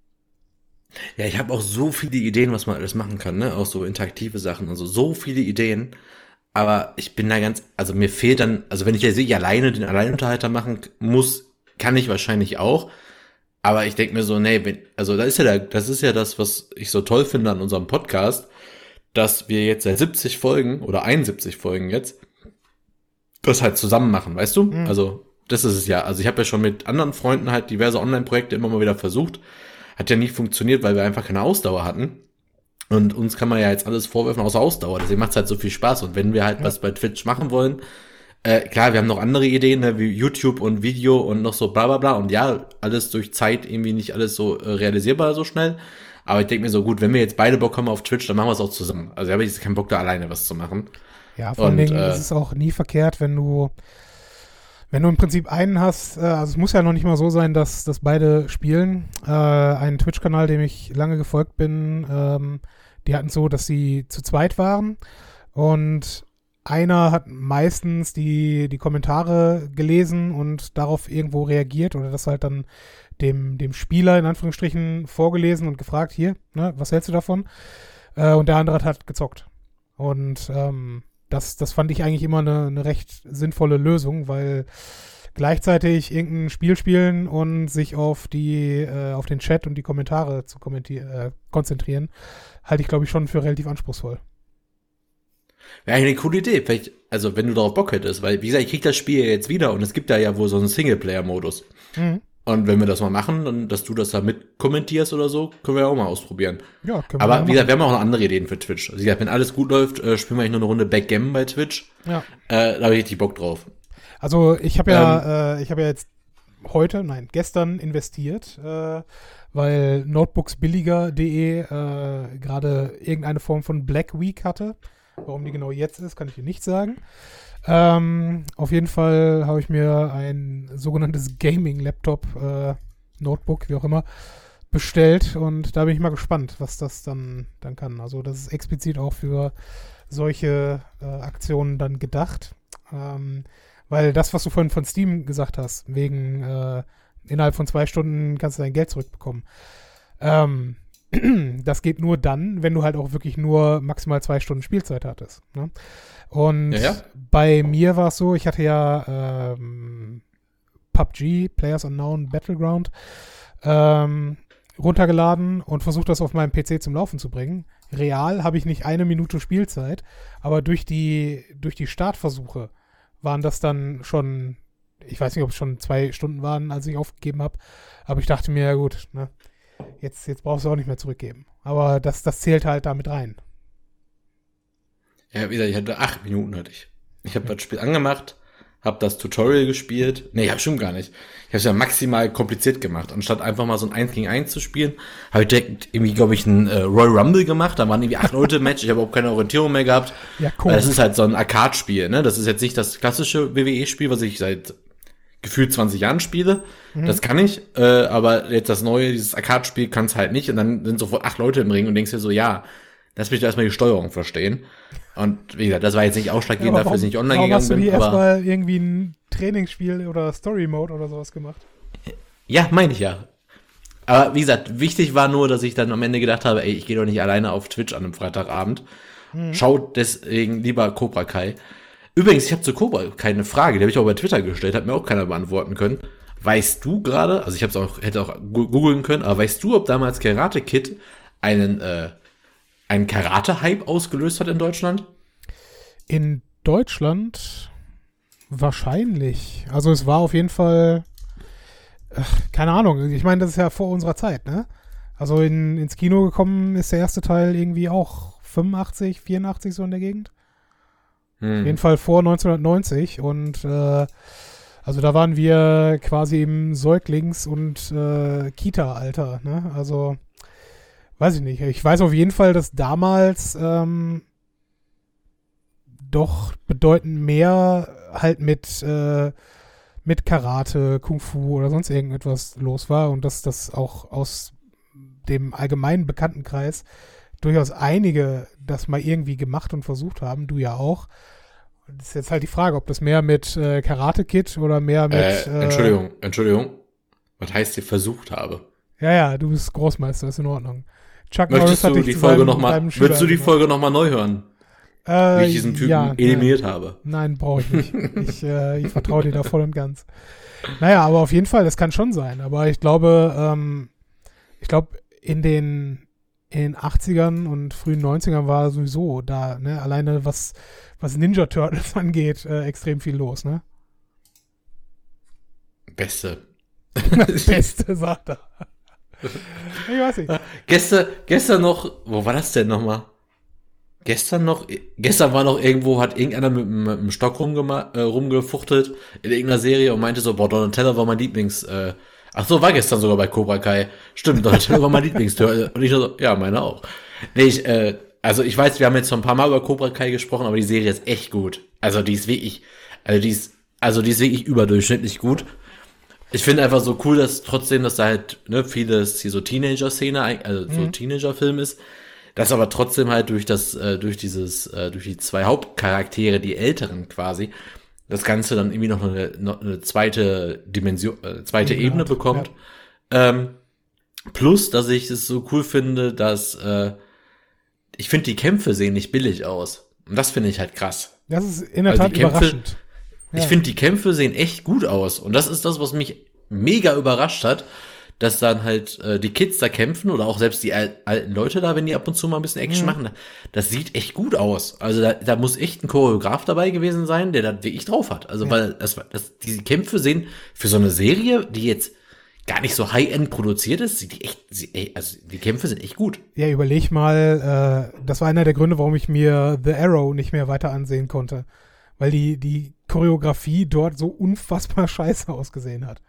Ja, ich habe auch so viele Ideen, was man alles machen kann, ne? Auch so interaktive Sachen, also so viele Ideen. Aber ich bin da ganz, also mir fehlt dann, also wenn ich jetzt nicht alleine den Alleinunterhalter machen muss, kann ich wahrscheinlich auch. Aber ich denke mir so, nee, wenn, also das ist ja der, das ist ja das, was ich so toll finde an unserem Podcast, dass wir jetzt seit siebzig Folgen oder einundsiebzig Folgen jetzt das halt zusammen machen, weißt du? Mhm. Also, das ist es ja. Also, ich habe ja schon mit anderen Freunden halt diverse Online-Projekte immer mal wieder versucht. Hat ja nie funktioniert, weil wir einfach keine Ausdauer hatten. Und uns kann man ja jetzt alles vorwerfen außer Ausdauer. Deswegen macht es halt so viel Spaß. Und wenn wir halt ja. was bei Twitch machen wollen, äh, klar, wir haben noch andere Ideen, ne, wie YouTube und Video und noch so bla bla bla. Und ja, alles durch Zeit irgendwie nicht alles so äh, realisierbar so schnell. Aber ich denke mir so, gut, wenn wir jetzt beide Bock haben auf Twitch, dann machen wir es auch zusammen. Also, da habe ich jetzt keinen Bock, da alleine was zu machen. Ja, vor allen Dingen äh, ist es auch nie verkehrt, wenn du wenn du im Prinzip einen hast, äh, also es muss ja noch nicht mal so sein, dass, dass beide spielen. Äh, einen Twitch-Kanal, dem ich lange gefolgt bin, ähm, die hatten so, dass sie zu zweit waren und einer hat meistens die, die Kommentare gelesen und darauf irgendwo reagiert oder das halt dann dem, dem Spieler in Anführungsstrichen vorgelesen und gefragt, hier, ne, was hältst du davon? Äh, und der andere hat halt gezockt. Und ähm, Das, das fand ich eigentlich immer eine, eine recht sinnvolle Lösung, weil gleichzeitig irgendein Spiel spielen und sich auf die, äh, auf den Chat und die Kommentare zu kommentieren, äh, konzentrieren, halte ich, glaube ich, schon für relativ anspruchsvoll. Wäre eigentlich eine coole Idee, vielleicht, also wenn du darauf Bock hättest, weil, wie gesagt, ich krieg das Spiel jetzt wieder und es gibt da ja wohl so einen Singleplayer-Modus. Mhm. Und wenn wir das mal machen, dann, dass du das da mit kommentierst oder so, können wir ja auch mal ausprobieren. Ja, können wir Aber wie gesagt, wir haben auch noch andere Ideen für Twitch. Also wie gesagt, wenn alles gut läuft, äh, spielen wir eigentlich nur eine Runde Backgammon bei Twitch. Ja. Äh, da habe ich richtig Bock drauf. Also ich habe ja, ähm, äh, ich habe ja jetzt heute, nein, gestern investiert, äh, weil notebooksbilliger punkt de äh, gerade irgendeine Form von Black Week hatte. Warum die genau jetzt ist, kann ich dir nicht sagen. Ähm, auf jeden Fall habe ich mir ein sogenanntes Gaming-Laptop, äh, Notebook, wie auch immer, bestellt und da bin ich mal gespannt, was das dann, dann kann. Also das ist explizit auch für solche äh, Aktionen dann gedacht. Ähm, weil das, was du vorhin von Steam gesagt hast, wegen äh, innerhalb von zwei Stunden kannst du dein Geld zurückbekommen. Ähm, das geht nur dann, wenn du halt auch wirklich nur maximal zwei Stunden Spielzeit hattest. Ne? Und ja, ja. bei mir war es so, ich hatte ja ähm, P U B G, Players Unknown Battleground, ähm, runtergeladen und versucht, das auf meinem P C zum Laufen zu bringen. Real habe ich nicht eine Minute Spielzeit, aber durch die, durch die Startversuche waren das dann schon, ich weiß nicht, ob es schon zwei Stunden waren, als ich aufgegeben habe, aber ich dachte mir, ja gut, ne, jetzt, jetzt brauchst du auch nicht mehr zurückgeben. Aber das, das zählt halt damit rein. Ja, wie gesagt, ich hatte acht Minuten hatte ich. Ich habe das Spiel angemacht, habe das Tutorial gespielt. Nee, ja, stimmt gar nicht. Ich habe es ja maximal kompliziert gemacht. Anstatt einfach mal so ein eins gegen eins zu spielen, habe ich direkt irgendwie, glaube ich, ein äh, Royal Rumble gemacht. Da waren irgendwie acht Leute im Match. Ich habe überhaupt keine Orientierung mehr gehabt. Ja, cool. Weil das ist halt so ein Arcade-Spiel, ne? Das ist jetzt nicht das klassische W W E-Spiel, was ich seit gefühlt zwanzig Jahren spiele. Mhm. Das kann ich. Äh, aber jetzt das neue, dieses Arcade-Spiel kann es halt nicht. Und dann sind sofort acht Leute im Ring und denkst dir so, ja, lass mich da erstmal die Steuerung verstehen. Und wie gesagt, das war jetzt nicht ausschlaggebend, ja, dafür, dass ich nicht online gegangen bin. Warum hast du nie erstmal irgendwie ein Trainingsspiel oder Story-Mode oder sowas gemacht? Ja, meine ich ja. Aber wie gesagt, wichtig war nur, dass ich dann am Ende gedacht habe, ey, ich gehe doch nicht alleine auf Twitch an einem Freitagabend. Hm. Schaut deswegen lieber Cobra Kai. Übrigens, ich habe zu Cobra keine Frage, die habe ich auch bei Twitter gestellt, hat mir auch keiner beantworten können. Weißt du gerade, also ich habe es auch, hätte auch googeln können, aber weißt du, ob damals Karate Kid einen, äh, einen Karate-Hype ausgelöst hat in Deutschland? In Deutschland wahrscheinlich. Also es war auf jeden Fall, ach, keine Ahnung, ich meine, das ist ja vor unserer Zeit, ne? Also in, ins Kino gekommen ist der erste Teil irgendwie auch fünfundachtzig, vierundachtzig so in der Gegend. Hm. Auf jeden Fall vor neunzehnhundertneunzig und äh, also da waren wir quasi im Säuglings- und äh, Kita-Alter, ne? Also weiß ich nicht. Ich weiß auf jeden Fall, dass damals ähm, doch bedeutend mehr halt mit äh, mit Karate, Kung Fu oder sonst irgendetwas los war und dass das auch aus dem allgemeinen Bekanntenkreis durchaus einige das mal irgendwie gemacht und versucht haben, du ja auch. Das ist jetzt halt die Frage, ob das mehr mit äh, Karate Kid oder mehr mit... Äh, äh, Entschuldigung, Entschuldigung. Was heißt, ich versucht habe? Ja, ja, du bist Großmeister, ist in Ordnung. Chuck Möchtest Norris hat du dich die zu Folge seinem- noch mal, deinem Schüler würdest du die gemacht. Folge nochmal neu hören? Äh, Wie ich diesen Typen ja, eliminiert nein. habe. Nein, brauche ich nicht. Ich, äh, ich vertraue dir da voll und ganz. Naja, aber auf jeden Fall, das kann schon sein. Aber ich glaube, ähm, ich glaube, in den, in den achtzigern und frühen neunzigern war sowieso da, ne, alleine was, was Ninja Turtles angeht, äh, extrem viel los, ne? Beste. Beste, sagt er. Ich weiß nicht. Gestern, gestern noch, wo war das denn nochmal? Gestern noch, gestern war noch irgendwo, hat irgendeiner mit, mit dem Stock rumgema- äh, rumgefuchtelt in irgendeiner Serie und meinte so, boah, Donatello war mein Lieblings, äh, ach so, war gestern sogar bei Cobra Kai. Stimmt, Donatello war mein Lieblingsturtle. Und ich so, ja, meine auch. Nee, ich, äh, also ich weiß, wir haben jetzt schon ein paar Mal über Cobra Kai gesprochen, aber die Serie ist echt gut. Also die ist wirklich, also die ist, also die ist wirklich überdurchschnittlich gut. Ich finde einfach so cool, dass trotzdem, dass da halt, ne, vieles hier so Teenager-Szene, also so Mhm. Teenager-Film ist, dass aber trotzdem halt durch das, äh, durch dieses, äh, durch die zwei Hauptcharaktere, die Älteren quasi, das Ganze dann irgendwie noch eine, noch eine zweite Dimension, äh, zweite Ja, Ebene ja. bekommt. Ähm, plus, dass ich es so cool finde, dass, äh, ich finde, die Kämpfe sehen nicht billig aus. Und das finde ich halt krass. Das ist in der Also Tat die Kämpfe- überraschend. Ich Ja. finde, die Kämpfe sehen echt gut aus. Und das ist das, was mich mega überrascht hat, dass dann halt äh, die Kids da kämpfen oder auch selbst die al- alten Leute da, wenn die ab und zu mal ein bisschen Action Mhm. machen, das sieht echt gut aus. Also da, da muss echt ein Choreograf dabei gewesen sein, der da wirklich drauf hat. Also Ja. weil das, das, diese Kämpfe sehen für so eine Serie, die jetzt gar nicht so High-End produziert ist, sieht die echt, sie, ey, also die Kämpfe sind echt gut. Ja, überleg mal, äh, das war einer der Gründe, warum ich mir The Arrow nicht mehr weiter ansehen konnte. Weil die, die Choreografie dort so unfassbar scheiße ausgesehen hat.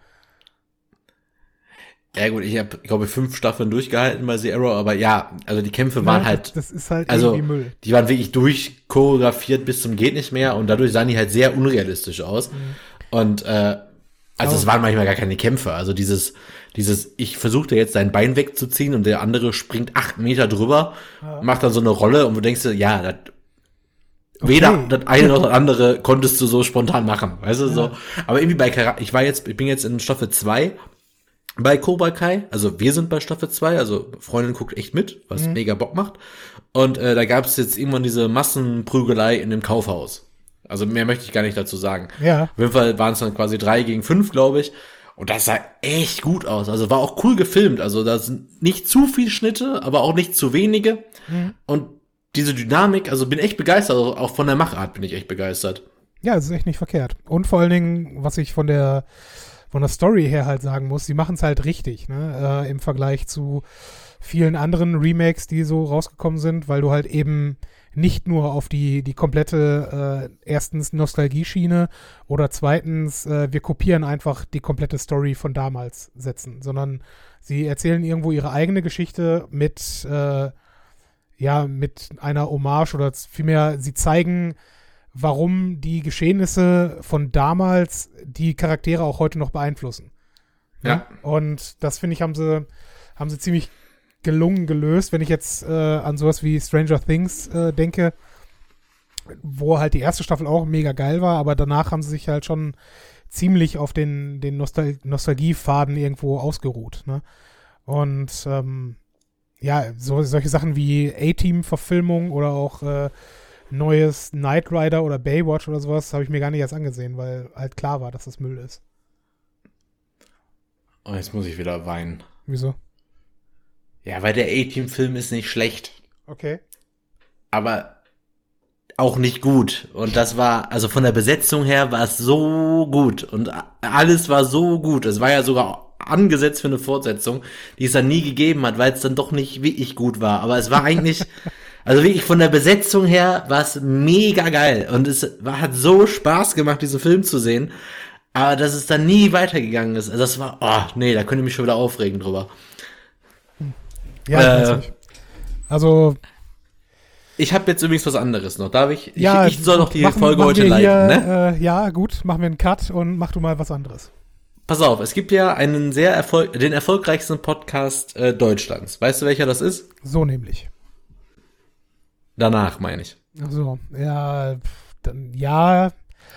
Ja gut, ich habe, glaube ich, fünf Staffeln durchgehalten bei The Arrow, aber ja, also die Kämpfe waren Ja, halt, das, das ist halt also irgendwie Müll. die waren wirklich durchchoreografiert bis zum geht nicht mehr und dadurch sahen die halt sehr unrealistisch aus. Mhm. Und äh, also Oh. es waren manchmal gar keine Kämpfe. Also dieses, dieses, ich versuchte jetzt sein Bein wegzuziehen und der andere springt acht Meter drüber, Ja. macht dann so eine Rolle und du denkst dir, ja, das Okay. weder das eine noch das andere konntest du so spontan machen, weißt du, Ja. so. Aber irgendwie bei Karate, ich war jetzt, ich bin jetzt in Staffel zwei bei Cobra Kai, also wir sind bei Staffel zwei, also Freundin guckt echt mit, was Mhm. mega Bock macht. Und äh, da gab es jetzt irgendwann diese Massenprügelei in dem Kaufhaus. Also mehr möchte ich gar nicht dazu sagen. Ja, Auf jeden Fall waren es dann quasi drei gegen fünf, glaube ich. Und das sah echt gut aus. Also war auch cool gefilmt. Also da sind nicht zu viel Schnitte, aber auch nicht zu wenige. Mhm. Und diese Dynamik, also bin echt begeistert. Also auch von der Machart bin ich echt begeistert. ja, es ist echt nicht verkehrt. Und vor allen Dingen, was ich von der von der Story her halt sagen muss, sie machen es halt richtig, ne? Äh, im Vergleich zu vielen anderen Remakes, die so rausgekommen sind, weil du halt eben nicht nur auf die, die komplette, äh, erstens Nostalgie-Schiene oder zweitens, äh, wir kopieren einfach die komplette Story von damals setzen, sondern sie erzählen irgendwo ihre eigene Geschichte mit, äh, ja, mit einer Hommage oder z- vielmehr, sie zeigen, warum die Geschehnisse von damals die Charaktere auch heute noch beeinflussen. Ja. Und das, finde ich, haben sie, haben sie ziemlich gelungen gelöst, wenn ich jetzt äh, an sowas wie Stranger Things äh, denke, wo halt die erste Staffel auch mega geil war, aber danach haben sie sich halt schon ziemlich auf den, den Nostal- Nostalgiefaden irgendwo ausgeruht. Ne? Und ähm, ja, so, solche Sachen wie A-Team-Verfilmung oder auch äh, neues Knight Rider oder Baywatch oder sowas habe ich mir gar nicht erst angesehen, weil halt klar war, dass das Müll ist. Oh, jetzt muss ich wieder weinen. Wieso? Ja, weil der A-Team-Film ist nicht schlecht. Okay. Aber auch nicht gut. Und das war, also von der Besetzung her war es so gut. Und alles war so gut. Es war ja sogar angesetzt für eine Fortsetzung, die es dann nie gegeben hat, weil es dann doch nicht wirklich gut war. Aber es war eigentlich, also wirklich von der Besetzung her war es mega geil. Und es war, hat so Spaß gemacht, diesen Film zu sehen. Aber dass es dann nie weitergegangen ist. Also das war, oh, nee, da könnte ich mich schon wieder aufregen drüber. Ja, ich weiß nicht. Also ich habe jetzt übrigens was anderes noch. Darf ich? Ja, ich, ich soll noch die machen, Folge machen heute wir leiten, hier, ne? Äh, ja, gut, machen wir einen Cut und mach du mal was anderes. Pass auf, es gibt ja einen sehr Erfolg, den erfolgreichsten Podcast äh, Deutschlands. Weißt du, welcher das ist? So nämlich. Danach, meine ich. Ach so, ja, dann, ja,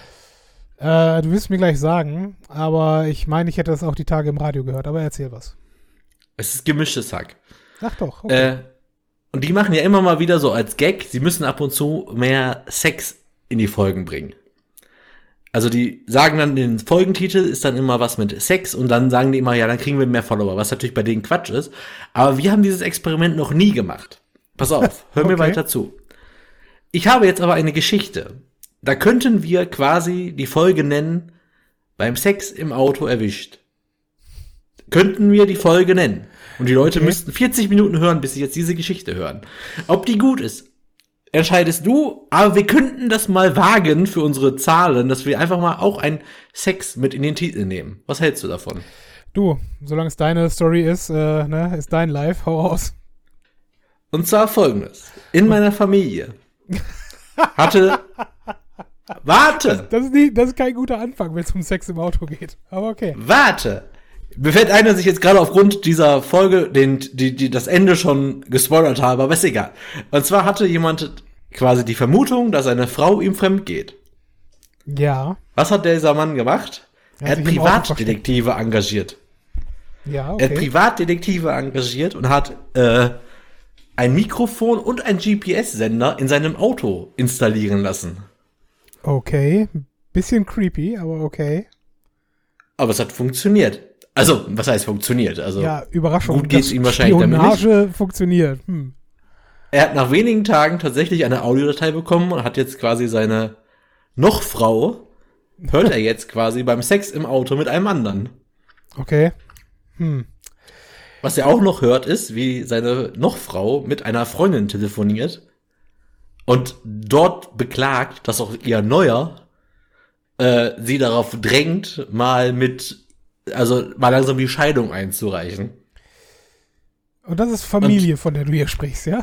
äh, du wirst mir gleich sagen, aber ich meine, ich hätte das auch die Tage im Radio gehört, aber erzähl was. Es ist gemischtes Hack. Ach doch, okay. Äh, und die machen ja immer mal wieder so als Gag, sie müssen ab und zu mehr Sex in die Folgen bringen. Also die sagen dann, den Folgentitel ist dann immer was mit Sex und dann sagen die immer, ja, dann kriegen wir mehr Follower, was natürlich bei denen Quatsch ist. Aber wir haben dieses Experiment noch nie gemacht. Pass auf, hör mir Okay. weiter zu. Ich habe jetzt aber eine Geschichte. Da könnten wir quasi die Folge nennen, beim Sex im Auto erwischt. Könnten wir die Folge nennen. Und die Leute Okay. müssten vierzig Minuten hören, bis sie jetzt diese Geschichte hören. Ob die gut ist, entscheidest du, aber wir könnten das mal wagen für unsere Zahlen, dass wir einfach mal auch ein Sex mit in den Titel nehmen. Was hältst du davon? Du, solange es deine Story ist, äh, ne, ist dein Live, hau raus. Und zwar folgendes. In meiner Familie hatte... Warte! Das ist, nie, das ist kein guter Anfang, wenn es um Sex im Auto geht, aber okay. Warte! Mir fällt ein, dass ich jetzt gerade aufgrund dieser Folge den, die, die, das Ende schon gespoilert habe, aber ist egal. Und zwar hatte jemand quasi die Vermutung, dass eine Frau ihm fremd geht. Ja. Was hat dieser Mann gemacht? Er Er hat hat sich im Auto Privatdetektive engagiert. Ja, Er hat okay. Privatdetektive engagiert und hat äh, ein Mikrofon und ein G P S-Sender in seinem Auto installieren lassen. Okay. Bisschen creepy, aber okay. Aber es hat funktioniert. Also, was heißt funktioniert? Also, Ja, Überraschung. gut geht's dass ihm wahrscheinlich damit nicht. Spionage funktioniert. Hm. Er hat nach wenigen Tagen tatsächlich eine Audiodatei bekommen und hat jetzt quasi seine Nochfrau, hört er jetzt quasi beim Sex im Auto mit einem anderen. Okay. Hm. Was er auch noch hört, ist, wie seine Nochfrau mit einer Freundin telefoniert und dort beklagt, dass auch ihr Neuer äh, sie darauf drängt, mal mit, also mal langsam die Scheidung einzureichen. Und das ist Familie, von der du hier sprichst, ja?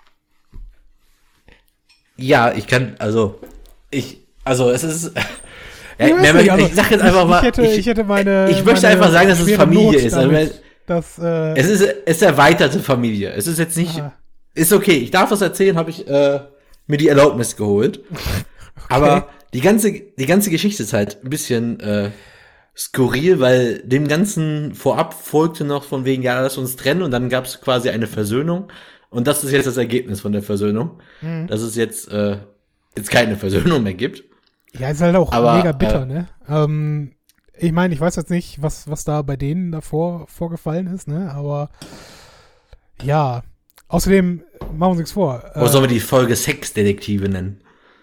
Ja, ich kann, also, ich, also es ist, Ich ja, weiß mehr, nicht, ich, also ich sag jetzt einfach ich, mal, ich, hätte, ich, hätte meine, ich möchte meine einfach sagen, dass es schwere Familie Not ist. Also, damit, dass, äh, es ist, es ist erweiterte Familie. Es ist jetzt nicht, aha. ist okay. Ich darf was erzählen, habe ich äh, mir die Erlaubnis geholt. Aber die ganze, die ganze Geschichte ist halt ein bisschen äh, skurril, weil dem Ganzen vorab folgte noch von wegen, ja, lass uns trennen und dann gab es quasi eine Versöhnung. Und das ist jetzt das Ergebnis von der Versöhnung. Mhm. Dass es jetzt, äh, jetzt keine Versöhnung mehr gibt. Ja, ist halt auch Aber, mega bitter, äh, ne? Ähm, ich meine, ich weiß jetzt nicht, was, was da bei denen davor vorgefallen ist, ne? Aber ja. Außerdem, machen wir uns nichts vor. Oder äh, sollen wir die Folge Sexdetektive nennen?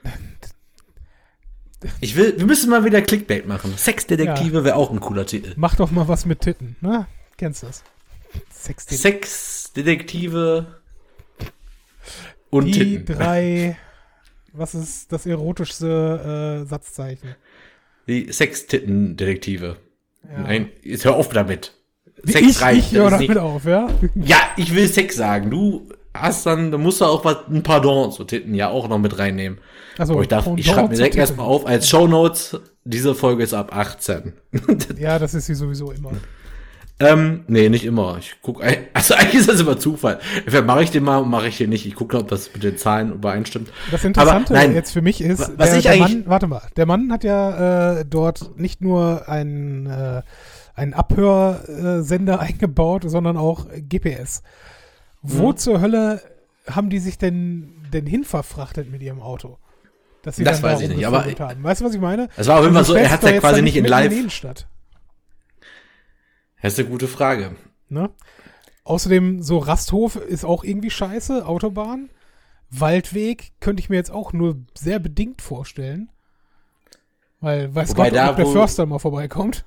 Ich will, wir müssen mal wieder Clickbait machen. Sexdetektive Ja. wäre auch ein cooler Titel. Mach doch mal was mit Titten, ne? Kennst du das? Sextitten. Sexdetektive und Die Titten. drei, was ist das erotischste äh, Satzzeichen? Die Sextittendetektive. Ja. Nein, jetzt hör auf damit. ich, Sex ich reicht. höre das ist damit auf, ja? nicht, ja, ich will Sex sagen. Du hast dann, da musst du auch was, ein Pardon zu Titten ja auch noch mit reinnehmen. Also, Aber ich darf, ich schreibe mir direkt erstmal auf, als Shownotes, diese Folge ist ab achtzehn. Ja, das ist sie sowieso immer. Ähm, nee, nicht immer. Ich guck, ein- also eigentlich ist das immer Zufall. Vielleicht mache ich den mal, mache ich den nicht. Ich gucke, ob das mit den Zahlen übereinstimmt. Das Interessante Aber nein, jetzt für mich ist, was der, ich der eigentlich- Mann, warte mal, der Mann hat ja äh, dort nicht nur einen, äh, einen Abhörsender eingebaut, sondern auch G P S. Wo Mhm. zur Hölle haben die sich denn denn hinverfrachtet mit ihrem Auto? Dass sie Das dann weiß ich darum nicht, aber befüllt haben. Weißt du, was ich meine? Es war auf jeden Fall so, er hat ja ja quasi nicht in live. In Innenstadt, Das ist eine gute Frage. ne? Außerdem, so Rasthof ist auch irgendwie scheiße, Autobahn. Waldweg könnte ich mir jetzt auch nur sehr bedingt vorstellen. Weil, weiß Wobei Gott, da, ob der wo- Förster mal vorbeikommt.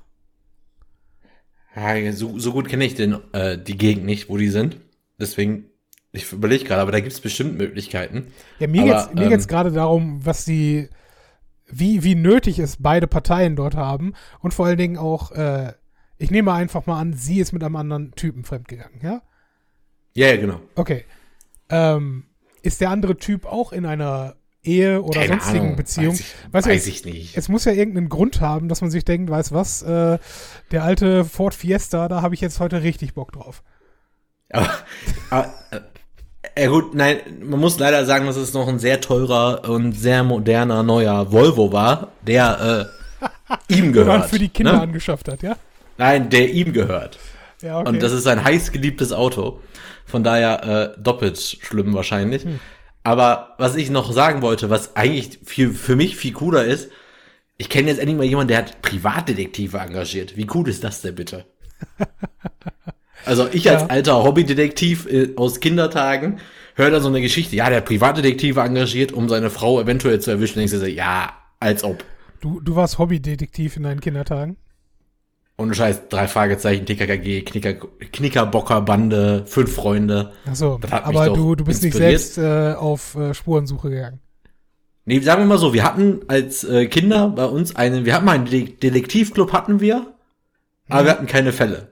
Ja, so, so gut kenne ich den, äh, die Gegend nicht, wo die sind. Deswegen, ich überlege gerade, aber da gibt es bestimmt Möglichkeiten. Ja, mir Aber, geht's, mir ähm, geht's gerade darum, was die, wie, wie nötig es beide Parteien dort haben und vor allen Dingen auch, äh, ich nehme einfach mal an, sie ist mit einem anderen Typen fremdgegangen, ja? Ja, ja, genau. Okay. Ähm, ist der andere Typ auch in einer Ehe oder Keine sonstigen Ahnung, Beziehung? Weiß ich, Weißt du, weiß es, ich nicht. es muss ja irgendeinen Grund haben, dass man sich denkt, weißt was, äh, der alte Ford Fiesta, da habe ich jetzt heute richtig Bock drauf. Aber, aber äh, ja gut, nein, man muss leider sagen, dass es noch ein sehr teurer und sehr moderner neuer Volvo war, der äh, ihm Oder gehört. man für die Kinder ne? angeschafft hat, ja? Nein, der ihm gehört. Ja, okay. Und das ist ein heiß geliebtes Auto. Von daher äh, doppelt schlimm wahrscheinlich. Hm. Aber was ich noch sagen wollte, was eigentlich viel, für mich viel cooler ist, ich kenne jetzt endlich mal jemanden, der hat Privatdetektive engagiert. Wie cool ist das denn bitte? Also ich Ja. als alter Hobbydetektiv äh, aus Kindertagen höre da so eine Geschichte. Ja, der hat Privatdetektive engagiert, um seine Frau eventuell zu erwischen. Und ich so, ja, als ob. Du, du warst Hobbydetektiv in deinen Kindertagen? Und Scheiß, drei Fragezeichen, T K K G, Knicker, Knickerbockerbande, fünf Freunde. Achso, Das hat mich aber doch du, du bist inspiriert. nicht selbst äh, auf äh, Spurensuche gegangen. Nee, sagen wir mal so, wir hatten als äh, Kinder bei uns einen, wir hatten mal einen De- Detektivclub, hatten wir, aber wir hatten keine Fälle.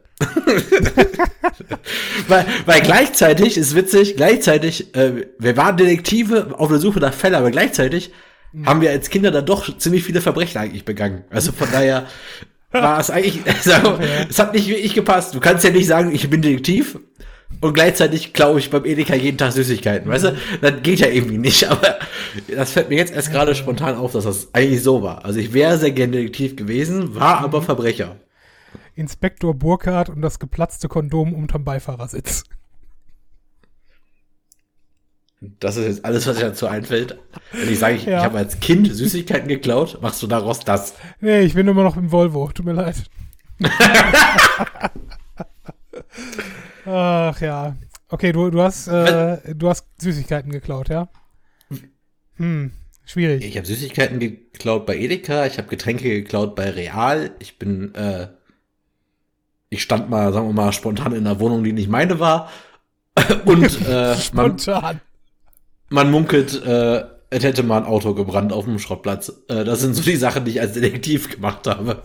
weil, weil gleichzeitig, ist witzig, gleichzeitig, äh, wir waren Detektive auf der Suche nach Fällen, aber gleichzeitig haben wir als Kinder dann doch ziemlich viele Verbrechen eigentlich begangen. Also von daher war es eigentlich, also, es hat nicht wirklich gepasst. Du kannst ja nicht sagen, ich bin Detektiv und gleichzeitig klaue ich beim Edeka jeden Tag Süßigkeiten, weißt du? Das geht ja irgendwie nicht, aber das fällt mir jetzt erst gerade spontan auf, dass das eigentlich so war. Also ich wäre sehr gerne Detektiv gewesen, war aber Verbrecher. Inspektor Burkhardt und das geplatzte Kondom unterm Beifahrersitz. Das ist jetzt alles, was dir dazu einfällt. Wenn ich sage, ich, Ja. ich habe als Kind Süßigkeiten geklaut, machst du daraus das. Nee, ich bin immer noch im Volvo. Tut mir leid. Ach ja. Okay, du, du hast äh, du hast Süßigkeiten geklaut, ja? Hm, schwierig. Ich habe Süßigkeiten geklaut bei Edeka, ich habe Getränke geklaut bei Real, ich bin, äh, ich stand mal, sagen wir mal, spontan in einer Wohnung, die nicht meine war. Und äh, man, Spontan. man munkelt, äh, es hätte mal ein Auto gebrannt auf dem Schrottplatz. Äh, das sind so die Sachen, die ich als Detektiv gemacht habe.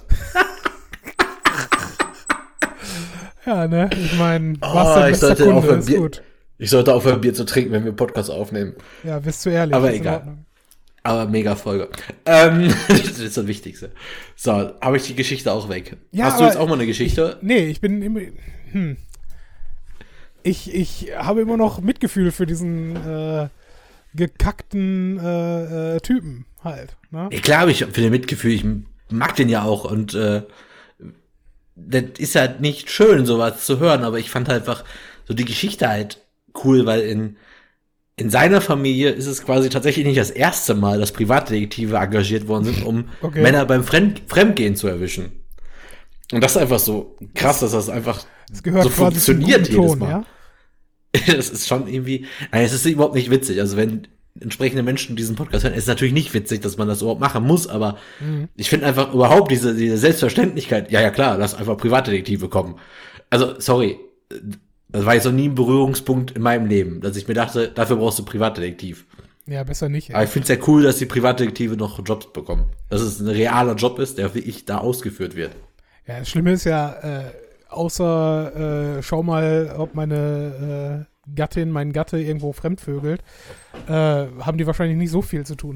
Ja, ne? Ich meine, Oh, was denn ich bester sollte Kunde, aufhören, ist Bier- gut. Ich sollte aufhören, Bier zu trinken, wenn wir Podcast aufnehmen. Ja, bist du ehrlich. Aber ist in egal. Ordnung. Aber mega Folge. Ähm, das ist das Wichtigste. So, habe ich die Geschichte auch weg. Ja, Hast du aber jetzt auch mal eine Geschichte? Nee, ich bin immer. Hm. Ich, ich habe immer noch Mitgefühl für diesen äh, gekackten äh, äh, Typen halt. Ne? Ja, klar habe ich für den Mitgefühl, ich mag den ja auch und äh, das ist halt nicht schön, sowas zu hören, aber ich fand halt einfach so die Geschichte halt cool, weil in in seiner Familie ist es quasi tatsächlich nicht das erste Mal, dass Privatdetektive engagiert worden sind, um Okay. Männer beim Fremd Fremdgehen zu erwischen. Und das ist einfach so krass, dass das einfach Es gehört so quasi zum funktioniert guten jedes Ton, Mal. ja? Das ist schon irgendwie, nein, es ist überhaupt nicht witzig. Also wenn entsprechende Menschen diesen Podcast hören, ist es natürlich nicht witzig, dass man das überhaupt machen muss, aber Mhm. ich finde einfach überhaupt diese, diese Selbstverständlichkeit, ja, ja klar, lass einfach Privatdetektive kommen. Also, sorry, das war jetzt noch nie ein Berührungspunkt in meinem Leben, dass ich mir dachte, dafür brauchst du Privatdetektiv. Ja, besser nicht. Aber Ey. ich finde es ja cool, dass die Privatdetektive noch Jobs bekommen. Dass es ein realer Job ist, der wirklich da ausgeführt wird. Ja, das Schlimme ist ja, äh, außer äh, schau mal, ob meine äh, Gattin, mein Gatte irgendwo fremdvögelt, äh, haben die wahrscheinlich nicht so viel zu tun.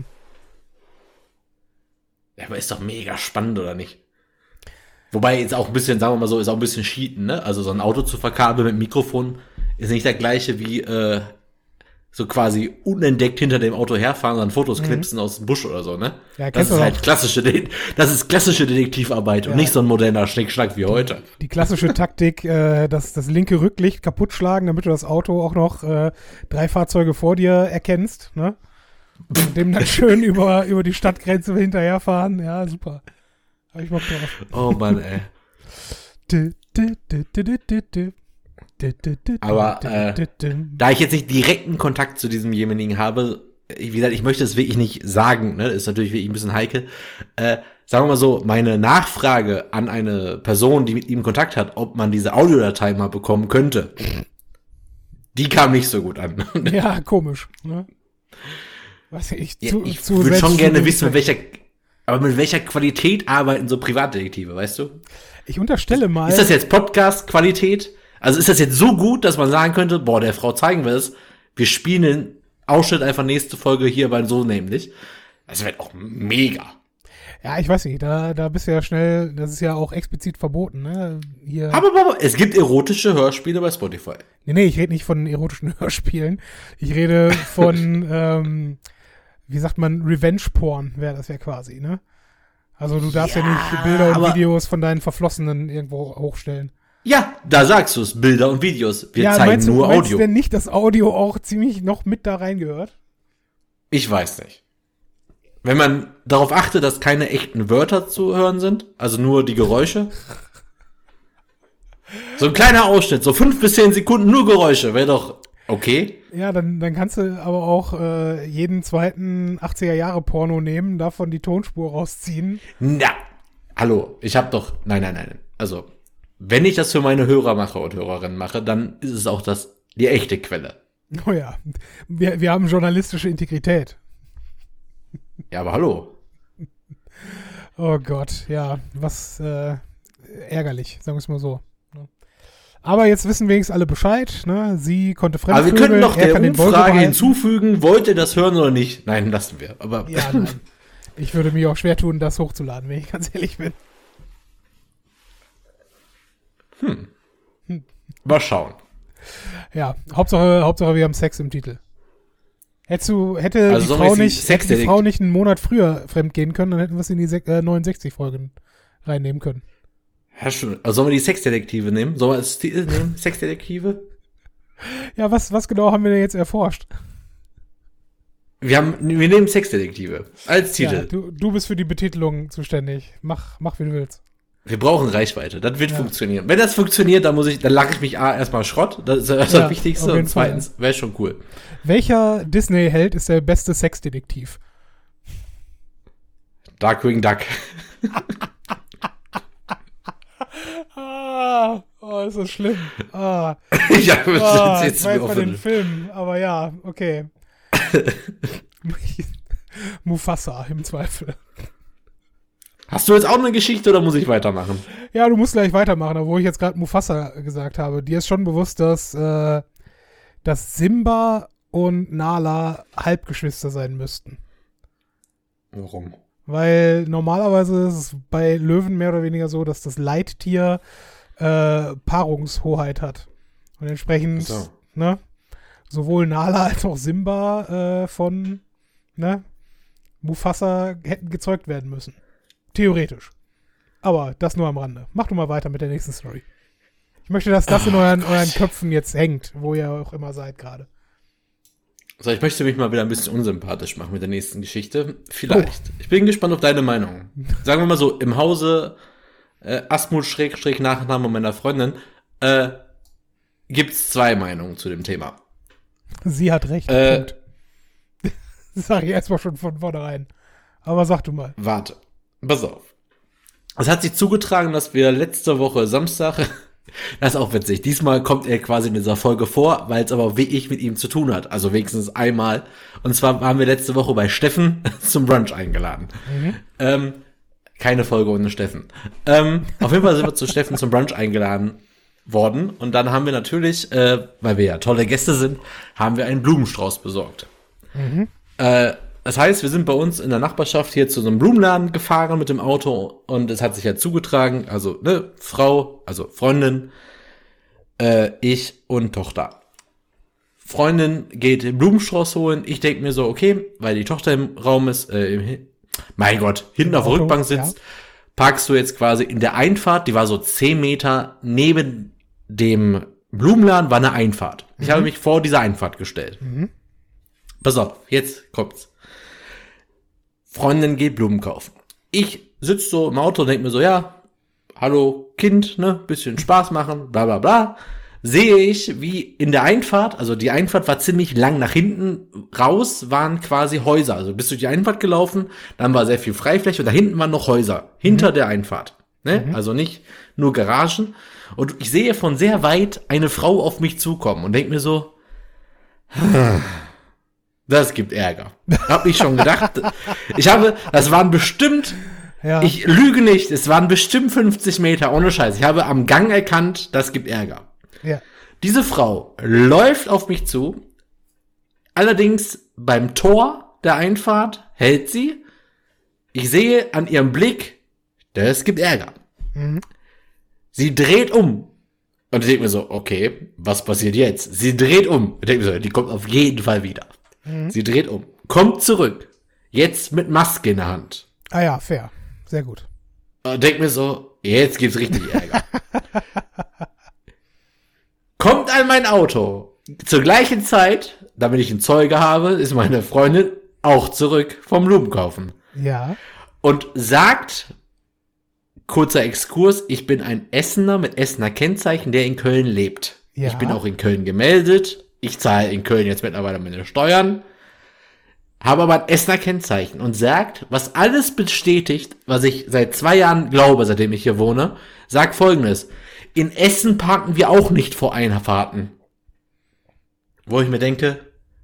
Ja, aber ist doch mega spannend, oder nicht? Wobei jetzt auch ein bisschen, sagen wir mal so, ist auch ein bisschen Cheaten, ne? Also so ein Auto zu verkabeln mit Mikrofon ist nicht der gleiche wie äh, so quasi unentdeckt hinter dem Auto herfahren und dann Fotos mhm. knipsen aus dem Busch oder so, ne? Ja, das ist halt klassische, das ist klassische Detektivarbeit ja. und nicht so ein moderner Schnickschnack wie heute. Die klassische Taktik, äh, das, das linke Rücklicht kaputt schlagen, damit du das Auto auch noch äh, drei Fahrzeuge vor dir erkennst, ne? Und dem dann schön über, über die Stadtgrenze hinterherfahren. Ja, super. Hab ich Bock drauf. Oh Mann, ey. Aber äh, da ich jetzt nicht direkten Kontakt zu diesem Jemenigen habe, wie gesagt, ich möchte es wirklich nicht sagen, ne, ist natürlich wirklich ein bisschen heikel. Äh, sagen wir mal so, meine Nachfrage an eine Person, die mit ihm Kontakt hat, ob man diese Audiodatei mal bekommen könnte, die kam nicht so gut an. Ja, komisch. Ne? Was ich ja, zu, ich zu würde schon gerne wissen, mit welcher, aber mit welcher Qualität arbeiten so Privatdetektive, weißt du? Ich unterstelle mal. Ist das jetzt Podcast-Qualität? Also ist das jetzt so gut, dass man sagen könnte, boah, der Frau zeigen wir es, wir spielen den Ausschnitt einfach nächste Folge hier bei so nämlich. Das wäre auch mega. Ja, ich weiß nicht, da, da bist du ja schnell, das ist ja auch explizit verboten, ne? Hier. Aber, aber es gibt erotische Hörspiele bei Spotify. Nee, nee, ich rede nicht von erotischen Hörspielen. Ich rede von, ähm, wie sagt man, Revenge-Porn wäre das ja quasi, ne? Also du darfst ja, ja nicht Bilder und Videos von deinen Verflossenen irgendwo hochstellen. Ja, da sagst du es, Bilder und Videos. Wir ja, zeigen meinst du, nur meinst Audio. Du denn nicht, dass Audio auch ziemlich noch mit da reingehört? Ich weiß nicht. Wenn man darauf achtet, dass keine echten Wörter zu hören sind, also nur die Geräusche. So ein kleiner Ausschnitt, so fünf bis zehn Sekunden nur Geräusche, wäre doch okay. Ja, dann, dann kannst du aber auch äh, jeden zweiten achtziger-Jahre-Porno nehmen, davon die Tonspur rausziehen. Na, hallo, ich hab doch, nein, nein, nein, also, wenn ich das für meine Hörer mache und Hörerinnen mache, dann ist es auch das, die echte Quelle. Oh ja, wir, wir haben journalistische Integrität. Ja, aber hallo. Oh Gott, ja, was äh, ärgerlich, sagen wir es mal so. Aber jetzt wissen wenigstens alle Bescheid, ne? Sie konnte fremdvögeln. Aber wir können noch der Umfrage hinzufügen, wollt ihr das hören oder nicht? Nein, lassen wir. Aber ja, nein. Ich würde mich auch schwer tun, das hochzuladen, wenn ich ganz ehrlich bin. Hm. hm. Mal schauen. Ja, Hauptsache, Hauptsache wir haben Sex im Titel. Hättest du, hätte, also die, Frau nicht, hätte die Frau nicht einen Monat früher fremd gehen können, dann hätten wir es in die äh, neunundsechzig Folgen reinnehmen können. Ja, schon. Also sollen wir die Sexdetektive nehmen? Sollen wir als Titel nehmen? Sexdetektive? Ja, was, was genau haben wir denn jetzt erforscht? Wir haben, wir nehmen Sexdetektive als Titel. Ja, du, du bist für die Betitelung zuständig. Mach, mach wie du willst. Wir brauchen Reichweite. Das wird ja. funktionieren. Wenn das funktioniert, dann muss ich, dann lache ich mich A, erstmal Schrott. Das ist das, ja, das Wichtigste. Und zweitens, wäre schon cool. Welcher Disney-Held ist der beste Sexdetektiv? Darkwing Duck. Ah, oh, ist das schlimm. Ah. ja, was ah, jetzt ich weiß bei den Filmen, aber ja, okay. Mufasa im Zweifel. Hast du jetzt auch eine Geschichte oder muss ich weitermachen? Ja, du musst gleich weitermachen, obwohl ich jetzt gerade Mufasa gesagt habe. Dir ist schon bewusst, dass, äh, dass Simba und Nala Halbgeschwister sein müssten. Warum? Weil normalerweise ist es bei Löwen mehr oder weniger so, dass das Leittier äh, Paarungshoheit hat. Und entsprechend, so. ne, sowohl Nala als auch Simba äh, von, ne, Mufasa hätten gezeugt werden müssen. Theoretisch. Aber das nur am Rande. Mach du mal weiter mit der nächsten Story. Ich möchte, dass das oh, in euren, euren Köpfen jetzt hängt, wo ihr auch immer seid gerade. So, ich möchte mich mal wieder ein bisschen unsympathisch machen mit der nächsten Geschichte. Vielleicht. Oh. Ich bin gespannt auf deine Meinung. Sagen wir mal so, im Hause äh, Asmut Schrägstrich Nachname meiner Freundin äh, gibt's zwei Meinungen zu dem Thema. Sie hat recht. Äh, Punkt. Das sage ich erstmal schon von vornherein. Aber sag du mal. Warte. Pass auf. Es hat sich zugetragen, dass wir letzte Woche Samstag, das ist auch witzig, diesmal kommt er quasi in dieser Folge vor, weil es aber wirklich mit ihm zu tun hat. Also wenigstens einmal. Und zwar waren wir letzte Woche bei Steffen zum Brunch eingeladen. Mhm. Ähm, keine Folge ohne Steffen. Ähm, auf jeden Fall sind wir zu Steffen zum Brunch eingeladen worden. Und dann haben wir natürlich, äh, weil wir ja tolle Gäste sind, haben wir einen Blumenstrauß besorgt. Mhm. Äh, Das heißt, wir sind bei uns in der Nachbarschaft hier zu so einem Blumenladen gefahren mit dem Auto und es hat sich ja zugetragen, also ne, Frau, also Freundin, äh, ich und Tochter. Freundin geht den Blumenstrauß holen. Ich denke mir so, okay, weil die Tochter im Raum ist, äh, im, mein Gott, hinten Im auf der Auto, Rückbank sitzt, ja. parkst du jetzt quasi in der Einfahrt, die war so zehn Meter neben dem Blumenladen, war eine Einfahrt. Ich Mhm. habe mich vor dieser Einfahrt gestellt. Mhm. Pass auf, jetzt kommt's. Freundin geht Blumen kaufen. Ich sitze so im Auto und denke mir so, ja, hallo Kind, ne, bisschen Spaß machen, bla bla bla. Sehe ich, wie in der Einfahrt, also die Einfahrt war ziemlich lang nach hinten raus, waren quasi Häuser. Also bist du die Einfahrt gelaufen, dann war sehr viel Freifläche und da hinten waren noch Häuser, hinter der Einfahrt. Ne? Mhm. Also nicht nur Garagen. Und ich sehe von sehr weit eine Frau auf mich zukommen und denke mir so, das gibt Ärger. Hab ich schon gedacht. Ich habe, das waren bestimmt, Ja. ich lüge nicht, es waren bestimmt fünfzig Meter, ohne Scheiß. Ich habe am Gang erkannt, das gibt Ärger. Ja. Diese Frau läuft auf mich zu, allerdings beim Tor der Einfahrt hält sie. Ich sehe an ihrem Blick, das gibt Ärger. Mhm. Sie dreht um. Und ich denke mir so, okay, was passiert jetzt? Sie dreht um. Ich denke mir so, die kommt auf jeden Fall wieder. Mhm. Sie dreht um, kommt zurück, jetzt mit Maske in der Hand. Ah ja, fair. Sehr gut. Und denke mir so, jetzt gibt's richtig Ärger. Kommt an mein Auto. Zur gleichen Zeit, damit ich einen Zeuge habe, ist meine Freundin auch zurück vom Blumenkaufen. Ja. Und sagt, kurzer Exkurs, ich bin ein Essener mit Essener Kennzeichen, der in Köln lebt. Ja. Ich bin auch in Köln gemeldet. Ich zahle in Köln jetzt mittlerweile meine Steuern. Habe aber ein Essener Kennzeichen und sagt, was alles bestätigt, was ich seit zwei Jahren glaube, seitdem ich hier wohne, sagt Folgendes. In Essen parken wir auch nicht vor Einfahrten. Wo ich mir denke,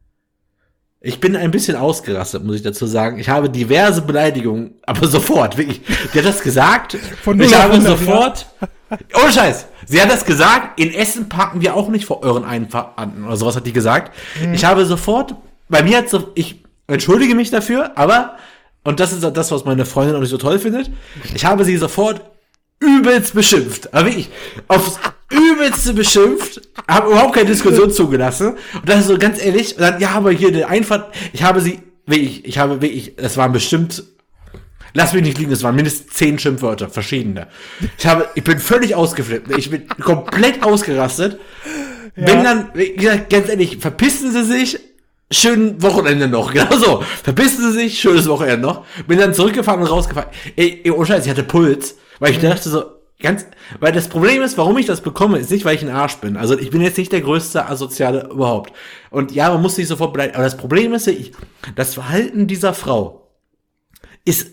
ich bin ein bisschen ausgerastet, muss ich dazu sagen. Ich habe diverse Beleidigungen, aber sofort, wirklich. Die hat das gesagt. Von ich null auf habe hundert, sofort, ohne Scheiß, sie hat das gesagt, in Essen parken wir auch nicht vor euren Einfahrten, oder sowas hat die gesagt. Mhm. Ich habe sofort, bei mir hat so, ich entschuldige mich dafür, aber, und das ist das, was meine Freundin auch nicht so toll findet, ich habe sie sofort übelst beschimpft. Aber wirklich, aufs übelste beschimpft, habe überhaupt keine Diskussion zugelassen. Und das ist so ganz ehrlich, und dann, ja, aber hier der Einfahrt, ich habe sie, wirklich, ich habe wirklich, es waren bestimmt, lass mich nicht liegen, es waren mindestens zehn Schimpfwörter, verschiedene. Ich habe, ich bin völlig ausgeflippt, ich bin komplett ausgerastet. Ja. Bin dann, wie gesagt, ganz ehrlich, verpissen Sie sich, schönen Wochenende noch, genau so. Verpissen Sie sich, schönes Wochenende noch. Bin dann zurückgefahren und rausgefahren. Ey, ey oh Scheiße, ich hatte Puls, weil ich dachte so, ganz, weil das Problem ist, warum ich das bekomme, ist nicht, weil ich ein Arsch bin. Also ich bin jetzt nicht der größte Asoziale überhaupt. Und ja, man muss sich sofort beleidigen. Aber das Problem ist, ich, das Verhalten dieser Frau ist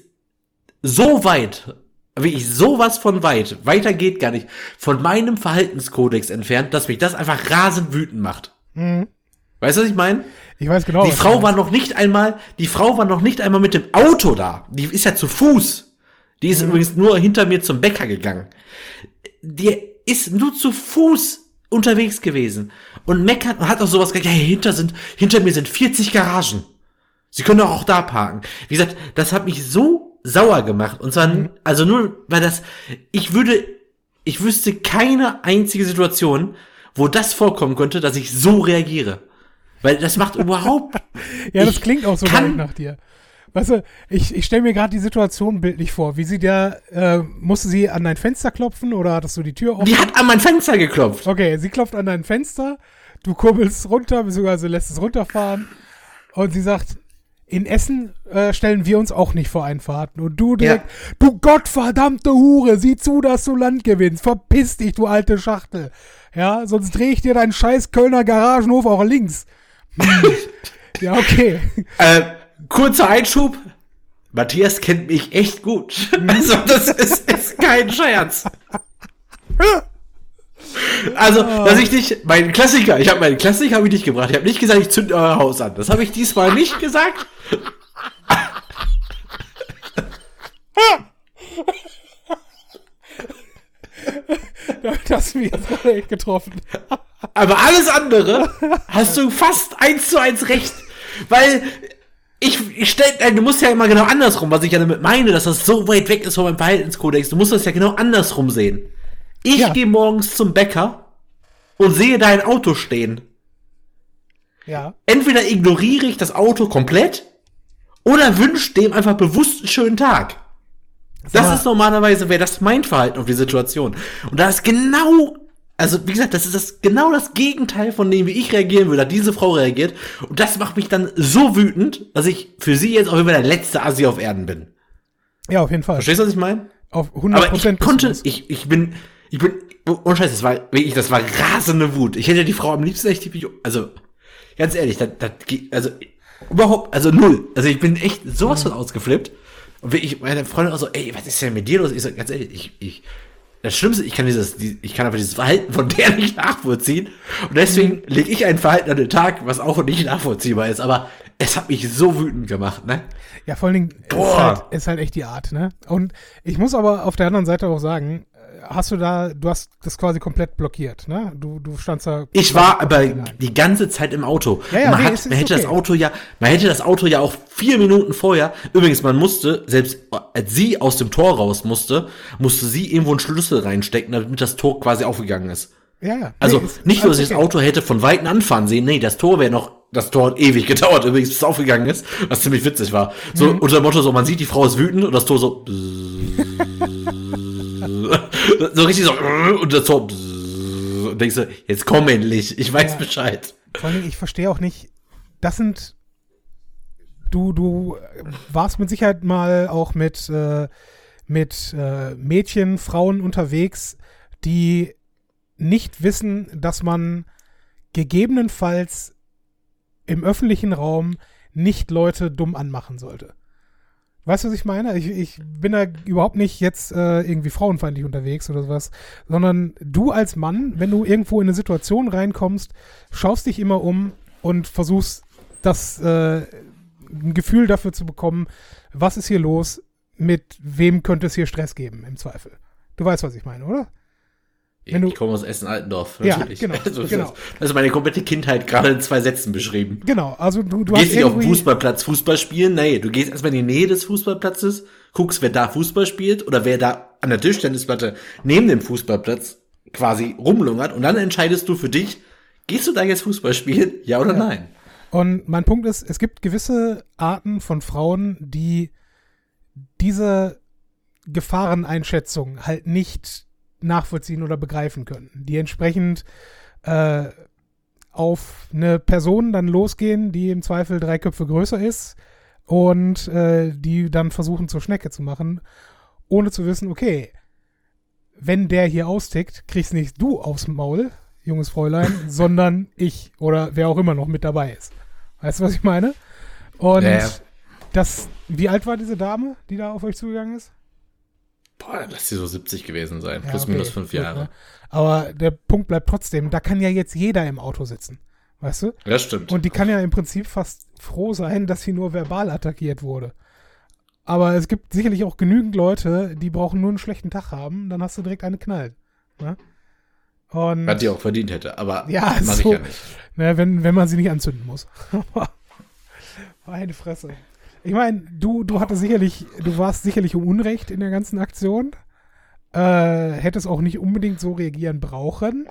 so weit, wie ich sowas von weit, weiter geht gar nicht, von meinem Verhaltenskodex entfernt, dass mich das einfach rasend wütend macht. Mhm. Weißt du, was ich meine? Ich weiß genau. Die Frau war noch nicht einmal, die Frau war noch nicht einmal mit dem Auto da. Die ist ja zu Fuß. Die ist mhm. übrigens nur hinter mir zum Bäcker gegangen. Die ist nur zu Fuß unterwegs gewesen und meckert und hat auch sowas gesagt, ja, hinter sind, hinter mir sind vierzig Garagen. Sie können doch auch da parken. Wie gesagt, das hat mich so sauer gemacht. Und zwar, mhm. also nur, weil das, ich würde, ich wüsste keine einzige Situation, wo das vorkommen könnte, dass ich so reagiere. Weil das macht überhaupt... Ja, das klingt auch so kann, nach dir. Weißt du, ich, ich stelle mir gerade die Situation bildlich vor. Wie sie da, äh, musste sie an dein Fenster klopfen oder hattest du die Tür offen? Die hat an mein Fenster geklopft. Okay, sie klopft an dein Fenster, du kurbelst runter, beziehungsweise lässt es runterfahren und sie sagt, in Essen äh, stellen wir uns auch nicht vor Einfahrten. Und du direkt, ja. Du gottverdammte Hure, sieh zu, dass du Land gewinnst. Verpiss dich, du alte Schachtel. Ja, sonst drehe ich dir deinen scheiß Kölner Garagenhof auch links. Ja, okay. Äh, kurzer Einschub. Matthias kennt mich echt gut. Also, das ist, ist kein Scherz. Also, dass ich nicht, mein Klassiker, ich habe meinen Klassiker habe ich nicht gebracht. Ich habe nicht gesagt, ich zünde euer Haus an. Das habe ich diesmal nicht gesagt. Damit hast du mich jetzt gerade echt getroffen. Aber alles andere hast du fast eins zu eins recht. Weil ich, ich stell, du musst ja immer genau andersrum, was ich ja damit meine, dass das so weit weg ist von meinem Verhaltenskodex. Du musst das ja genau andersrum sehen. Ich ja. gehe morgens zum Bäcker und sehe dein Auto stehen. Ja. Entweder ignoriere ich das Auto komplett oder wünsche dem einfach bewusst einen schönen Tag. Das Aber ist normalerweise, wäre das mein Verhalten auf die Situation. Und da ist genau, also wie gesagt, das ist das genau das Gegenteil von dem, wie ich reagieren würde, hat diese Frau reagiert. Und das macht mich dann so wütend, dass ich für sie jetzt auch immer der letzte Assi auf Erden bin. ja, auf jeden Fall. Verstehst du, was ich meine? Auf hundert Aber Prozent. ich konnte, ich, ich bin, ich bin, ohne Scheiß, das war wirklich, das war rasende Wut. Ich hätte die Frau am liebsten echt, also, ganz ehrlich, das, das, also, überhaupt, also null. Also ich bin echt sowas von ausgeflippt. Und ich, meine Freundin auch so, ey, was ist denn mit dir los? Ich so, ganz ehrlich, ich, ich, das Schlimmste, ich kann dieses, ich kann aber dieses Verhalten von der nicht nachvollziehen. Und deswegen lege ich ein Verhalten an den Tag, was auch nicht nachvollziehbar ist. Aber es hat mich so wütend gemacht, ne? Ja, vor allen Dingen ist halt, ist halt echt die Art, ne? Und ich muss aber auf der anderen Seite auch sagen, hast du da, du hast das quasi komplett blockiert, ne? Du, du standst da. Ich war aber die ganze Zeit im Auto. Ja, ja, man, nee, hat, ist, ist man hätte okay. das Auto ja, man hätte das Auto ja auch vier Minuten vorher, übrigens, man musste, selbst als sie aus dem Tor raus musste, musste sie irgendwo einen Schlüssel reinstecken, damit das Tor quasi aufgegangen ist. Ja, ja. Also, nee, ist, nicht nur, dass alles ich das okay. Auto hätte von Weitem anfahren sehen, nee, das Tor wäre noch, das Tor hat ewig gedauert, übrigens, bis es aufgegangen ist, was ziemlich witzig war. So, Mhm. unter dem Motto, so, man sieht, die Frau ist wütend und das Tor so, so richtig so, und das Tor, und denkst du, jetzt komm endlich, ich weiß Ja. Bescheid. Vor allem, ich verstehe auch nicht, das sind, du, du warst mit Sicherheit mal auch mit, äh, mit äh, Mädchen, Frauen unterwegs, die nicht wissen, dass man gegebenenfalls im öffentlichen Raum nicht Leute dumm anmachen sollte. Weißt du, was ich meine? Ich, ich bin da überhaupt nicht jetzt äh, irgendwie frauenfeindlich unterwegs oder sowas, sondern du als Mann, wenn du irgendwo in eine Situation reinkommst, schaust dich immer um und versuchst, das äh, ein Gefühl dafür zu bekommen, was ist hier los, mit wem könnte es hier Stress geben, im Zweifel. Du weißt, was ich meine, oder? Wenn du- Ich komme aus Essen-Altendorf, Ja, natürlich. genau, Also, das, genau. das ist meine komplette Kindheit gerade in zwei Sätzen beschrieben. Genau, also du, du Du hast gehst nicht auf den irgendwie... Fußballplatz Fußball spielen, nee, du gehst erstmal in die Nähe des Fußballplatzes, guckst, wer da Fußball spielt oder wer da an der Tischtennisplatte neben dem Fußballplatz quasi rumlungert und dann entscheidest du für dich, gehst du da jetzt Fußball spielen, ja oder Ja. nein? Und mein Punkt ist, es gibt gewisse Arten von Frauen, die diese Gefahreneinschätzung halt nicht nachvollziehen oder begreifen können. Die entsprechend äh, auf eine Person dann losgehen, die im Zweifel drei Köpfe größer ist und äh, die dann versuchen zur Schnecke zu machen, ohne zu wissen, okay, wenn der hier austickt, kriegst nicht du aufs Maul, junges Fräulein, sondern ich oder wer auch immer noch mit dabei ist. Weißt du, was ich meine? Und Ja, ja. das, wie alt war diese Dame, die da auf euch zugegangen ist? Boah, dann lass sie so siebzig gewesen sein, Ja, plus okay, minus fünf gut, Jahre. ne? Aber der Punkt bleibt trotzdem, da kann ja jetzt jeder im Auto sitzen. Weißt du? Das stimmt. Und die kann ja im Prinzip fast froh sein, dass sie nur verbal attackiert wurde. Aber es gibt sicherlich auch genügend Leute, die brauchen nur einen schlechten Tag haben, dann hast du direkt eine knallt. Ne? Und Was die auch verdient hätte, aber Ja, mach so. ich ja nicht. ne, wenn, wenn man sie nicht anzünden muss. Meine Fresse. Ich meine, du, du hattest sicherlich, du warst sicherlich um Unrecht in der ganzen Aktion. Äh, hättest auch nicht unbedingt so reagieren brauchen.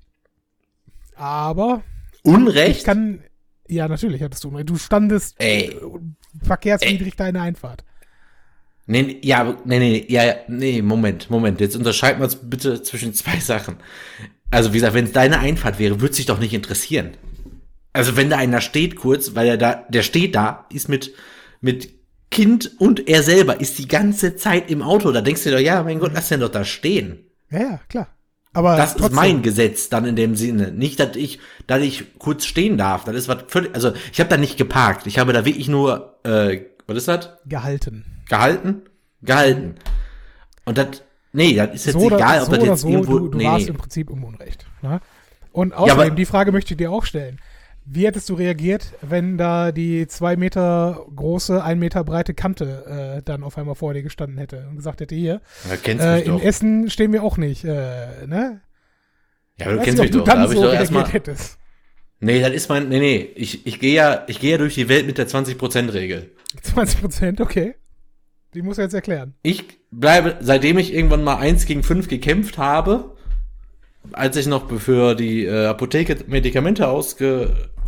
Aber Unrecht? ich kann, ja, natürlich hattest du Unrecht. Du standest Ey. äh, verkehrswidrig da in der Einfahrt. Nee, ja, aber- nee, nee, ja, ja, nee, Moment, Moment. Jetzt unterscheiden wir uns bitte zwischen zwei Sachen. Also, wie gesagt, wenn es deine Einfahrt wäre, würde es dich doch nicht interessieren. Also, wenn da einer steht kurz, weil er da, der steht da, ist mit, mit Kind und er selber, ist die ganze Zeit im Auto. Da denkst du dir doch, ja, mein Gott, lass den doch da stehen. Ja, ja, klar. Aber Das trotzdem, ist mein Gesetz dann in dem Sinne. Nicht, dass ich, dass ich kurz stehen darf. Das ist was völlig, also, ich habe da nicht geparkt. Ich habe da wirklich nur, äh, was ist das? gehalten. Gehalten? Gehalten. Und das, nee, das ist jetzt So oder egal, ob so, das oder jetzt so irgendwo, du, du nee, warst nee. im Prinzip im Unrecht. Ne? Und außerdem, aber- die Frage möchte ich dir auch stellen. Wie hättest du reagiert, wenn da die zwei Meter große, ein Meter breite Kante äh, dann auf einmal vor dir gestanden hätte und gesagt hätte, hier, Ja, kennst äh, mich in doch. Essen stehen wir auch nicht, äh, ne? Ja, aber du Weißt kennst du, mich ob doch. du Da dann habe ich so doch reagiert erstmal, hättest. nee, das ist mein, nee, nee, ich, ich gehe ja, ich gehe ja durch die Welt mit der zwanzig Prozent Regel. zwanzig Prozent, okay. Die muss er jetzt erklären. Ich bleibe, seitdem ich irgendwann mal eins gegen fünf gekämpft habe, als ich noch für die äh, Apotheke Medikamente ausge,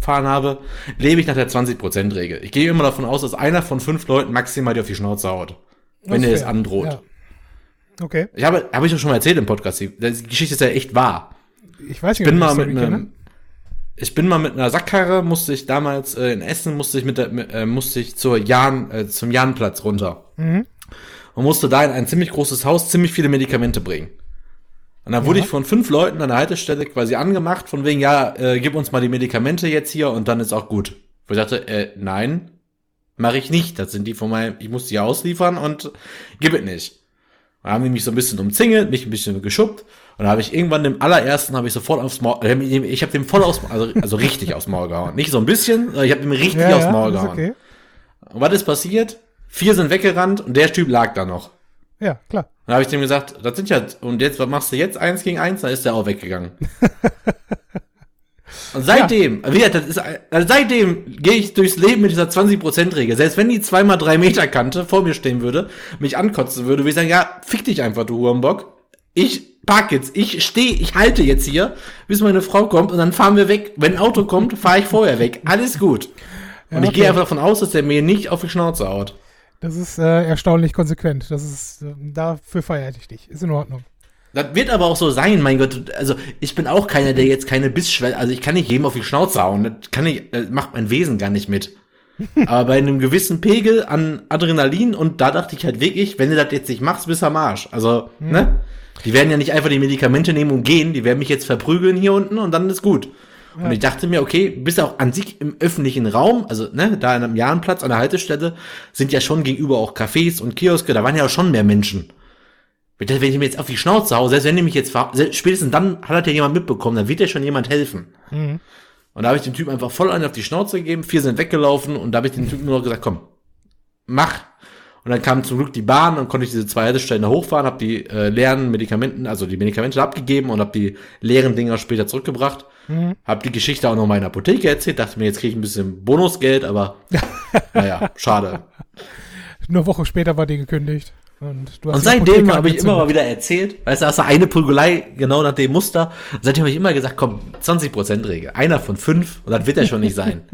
erfahren habe, lebe ich nach der zwanzig Prozent Regel. Ich gehe immer davon aus, dass einer von fünf Leuten maximal dir auf die Schnauze haut, wenn dir das androht. Ja. Okay. Ich habe, habe ich doch schon mal erzählt im Podcast, die, die Geschichte ist ja echt wahr. Ich weiß nicht, ich bin ob mal mit einem, ich bin mal mit einer Sackkarre, musste ich damals äh, in Essen, musste ich mit der, äh, musste ich zur Jahn, äh, zum Jahnplatz runter. Mhm. Und musste da in ein ziemlich großes Haus ziemlich viele Medikamente bringen. Und dann ja. wurde ich von fünf Leuten an der Haltestelle quasi angemacht, von wegen, ja, äh, gib uns mal die Medikamente jetzt hier und dann ist auch gut. Wo ich dachte, äh, nein, mache ich nicht. Das sind die von meinem, ich muss die ausliefern und gib es nicht. Dann haben die mich so ein bisschen umzingelt, mich ein bisschen geschubbt. Und dann habe ich irgendwann dem allerersten, habe ich sofort aufs Maul, ich habe dem voll aufs Maul, also, also richtig aufs Maul gehauen. Nicht so ein bisschen, ich habe dem richtig ja, aufs Maul ja, gehauen. Okay. Und was ist passiert? Vier sind weggerannt und der Typ lag da noch. Ja, klar. Dann habe ich dem gesagt, das sind ja, und jetzt, was machst du jetzt? Eins gegen eins? Dann ist der auch weggegangen. Und seitdem, ja. das ist, also seitdem gehe ich durchs Leben mit dieser zwanzig Prozent Regel. Selbst wenn die zwei mal drei Meter Kante vor mir stehen würde, mich ankotzen würde, würde ich sagen, ja, fick dich einfach, du Hurenbock. Ich park jetzt, ich stehe, ich halte jetzt hier, bis meine Frau kommt und dann fahren wir weg. Wenn ein Auto kommt, fahre ich vorher weg. Alles gut. Und ja, ich okay. gehe einfach davon aus, dass der mir nicht auf die Schnauze haut. Das ist äh, erstaunlich konsequent. Das ist, äh, dafür feiere ich dich. Ist in Ordnung. Das wird aber auch so sein, mein Gott. Also ich bin auch keiner, der jetzt keine Bissschwelle, also ich kann nicht jedem auf die Schnauze hauen. Das kann ich, das macht mein Wesen gar nicht mit. Aber bei einem gewissen Pegel an Adrenalin, und da dachte ich halt wirklich, wenn du das jetzt nicht machst, bist du am Arsch. Also, hm. ne? Die werden ja nicht einfach die Medikamente nehmen und gehen, die werden mich jetzt verprügeln hier unten und dann ist gut. Ja. Und ich dachte mir, okay, bist auch an sich im öffentlichen Raum, also ne, da an einem Jahnplatz, an der Haltestelle, sind ja schon gegenüber auch Cafés und Kioske, da waren ja auch schon mehr Menschen. Wenn ich mir jetzt auf die Schnauze haue, selbst wenn ich mich jetzt, spätestens dann hat das ja jemand mitbekommen, dann wird ja schon jemand helfen. Mhm. Und da habe ich den Typen einfach voll einen auf die Schnauze gegeben, vier sind weggelaufen und da habe ich den Typen nur noch gesagt, komm, mach. Und dann kam zum Glück die Bahn und konnte ich diese zwei Haltestellen hochfahren, habe die äh, leeren Medikamenten, also die Medikamente abgegeben und habe die leeren Dinger später zurückgebracht. Mhm. Habe die Geschichte auch noch mal in der Apotheke erzählt, dachte mir, jetzt kriege ich ein bisschen Bonusgeld, aber naja, schade. Nur eine Woche später war die gekündigt. Und, du hast und seitdem habe ich immer mal wieder erzählt, weißt du, hast du eine Prügelei genau nach dem Muster. Und seitdem habe ich immer gesagt, komm, zwanzig Prozent Regel. Einer von fünf und das wird ja schon nicht sein.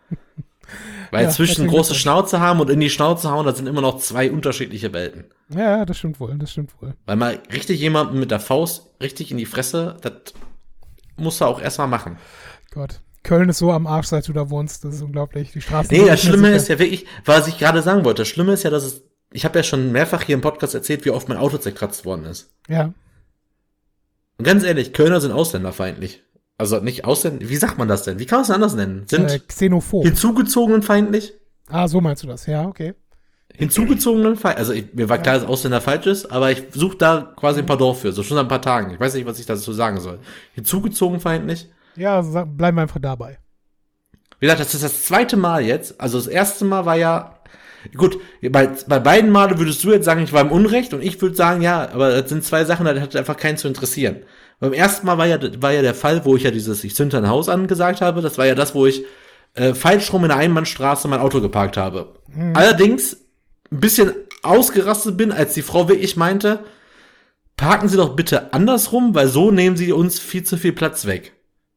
Weil ja, zwischen große Schnauze haben und in die Schnauze hauen, das sind immer noch zwei unterschiedliche Welten. Ja, das stimmt wohl, das stimmt wohl. Weil mal richtig jemanden mit der Faust richtig in die Fresse, das musst du auch erstmal machen. Gott. Köln ist so am Arsch, seit du da wohnst. Das ist unglaublich. Die Straßen. Nee, das Schlimme ist ja wirklich, was ich gerade sagen wollte, das Schlimme ist ja, dass es, ich habe ja schon mehrfach hier im Podcast erzählt, wie oft mein Auto zerkratzt worden ist. Ja. Und ganz ehrlich, Kölner sind ausländerfeindlich. Also nicht Ausländer, wie sagt man das denn? Wie kann man es denn anders nennen? Sind äh, xenophob. Hinzugezogenenfeindlich? Ah, so meinst du das, ja, okay. Hinzugezogenenfeindlich, also ich, mir war klar, dass Ausländer falsch ist, aber ich suche da quasi ein paar Dorf für, so schon seit ein paar Tagen. Ich weiß nicht, was ich dazu sagen soll. Hinzugezogenenfeindlich? Ja, bleiben wir einfach dabei. Wie gesagt, das ist das zweite Mal jetzt. Also das erste Mal war ja, gut, bei, bei beiden Male würdest du jetzt sagen, ich war im Unrecht und ich würde sagen, ja, aber das sind zwei Sachen, das hat einfach keinen zu interessieren. Beim ersten Mal war ja, war ja der Fall, wo ich ja dieses, ich zünde ein Haus an gesagt habe, das war ja das, wo ich äh, falsch rum in der Einbahnstraße mein Auto geparkt habe. Mhm. Allerdings ein bisschen ausgerastet bin, als die Frau wirklich meinte, parken Sie doch bitte andersrum, weil so nehmen Sie uns viel zu viel Platz weg.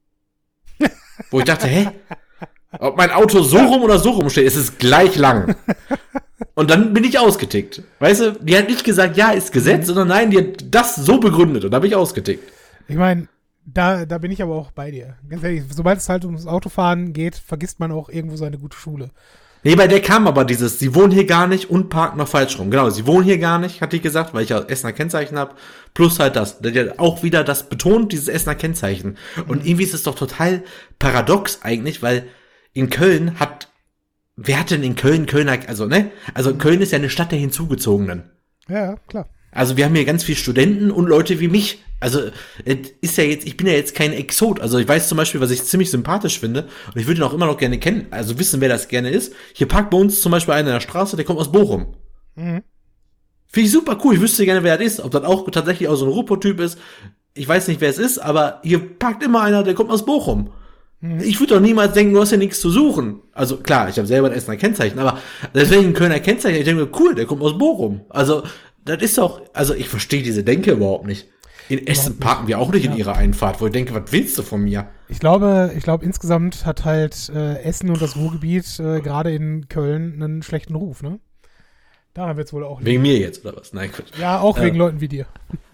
Wo ich dachte, hä? Ob mein Auto so rum oder so rum steht, ist es gleich lang. Und dann bin ich ausgetickt. Weißt du, die hat nicht gesagt, ja, ist Gesetz, sondern nein, die hat das so begründet und da bin ich ausgetickt. Ich meine, da, da bin ich aber auch bei dir. Ganz ehrlich, sobald es halt ums Autofahren geht, vergisst man auch irgendwo seine gute Schule. Nee, bei der kam aber dieses, sie wohnen hier gar nicht und parken noch falsch rum. Genau, sie wohnen hier gar nicht, hat die gesagt, weil ich ja Essener Kennzeichen habe. Plus halt das. Der hat auch wieder das betont, dieses Essener Kennzeichen. Und mhm. irgendwie ist es doch total paradox eigentlich, weil in Köln hat, wer hat denn in Köln, Kölner, also ne? Also Köln ist ja eine Stadt der Hinzugezogenen. Ja, klar. Also wir haben hier ganz viele Studenten und Leute wie mich. Also es ist ja jetzt, ich bin ja jetzt kein Exot. Also ich weiß zum Beispiel, was ich ziemlich sympathisch finde und ich würde ihn auch immer noch gerne kennen, also wissen, wer das gerne ist. Hier parkt bei uns zum Beispiel einer in der Straße, der kommt aus Bochum. Mhm. Finde ich super cool. Ich wüsste gerne, wer das ist. Ob das auch tatsächlich auch so ein Ruhrpott-Typ ist. Ich weiß nicht, wer es ist, aber hier parkt immer einer, der kommt aus Bochum. Mhm. Ich würde doch niemals denken, du hast ja nichts zu suchen. Also klar, ich habe selber ein Essener Kennzeichen, aber deswegen ein Kölner Kennzeichen. Ich denke mir, cool, der kommt aus Bochum. Also das ist doch, also ich verstehe diese Denke überhaupt nicht. In Essen parken wir auch nicht ja. in ihrer Einfahrt, wo ich denke, was willst du von mir? Ich glaube, ich glaube insgesamt hat halt äh, Essen und das Ruhrgebiet äh, gerade in Köln einen schlechten Ruf, ne? Daran wird es wohl auch liegen. Wegen mir jetzt, oder was? Nein, gut. Ja, auch äh, wegen Leuten wie dir.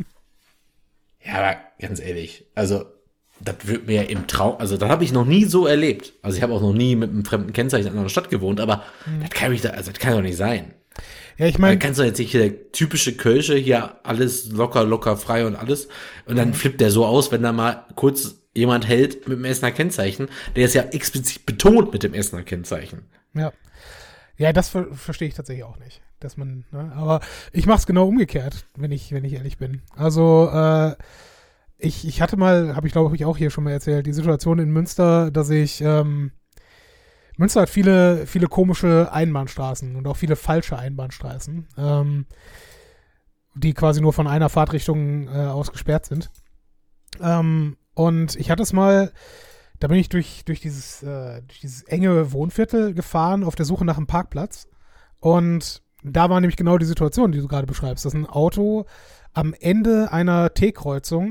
Ja, aber ganz ehrlich, also das wird mir ja im Traum, also das habe ich noch nie so erlebt. Also ich habe auch noch nie mit einem fremden Kennzeichen in einer Stadt gewohnt, aber hm. das kann mich da, also das kann doch nicht sein. Ja, ich meine, da kannst du jetzt nicht der typische Kölsche hier alles locker, locker frei und alles und dann flippt der so aus, wenn da mal kurz jemand hält mit dem Essener Kennzeichen, der ist ja explizit betont mit dem Essener Kennzeichen. Ja, ja, das ver- verstehe ich tatsächlich auch nicht, dass man, ne? Aber ich mache es genau umgekehrt, wenn ich, wenn ich ehrlich bin. Also äh, ich, ich hatte mal, habe ich glaube ich auch hier schon mal erzählt, die Situation in Münster, dass ich ähm, Münster hat viele, viele komische Einbahnstraßen und auch viele falsche Einbahnstraßen, ähm, die quasi nur von einer Fahrtrichtung äh, aus gesperrt sind. Ähm, und ich hatte es mal, da bin ich durch, durch, dieses, äh, durch dieses enge Wohnviertel gefahren auf der Suche nach einem Parkplatz. Und da war nämlich genau die Situation, die du gerade beschreibst, dass ein Auto am Ende einer T-Kreuzung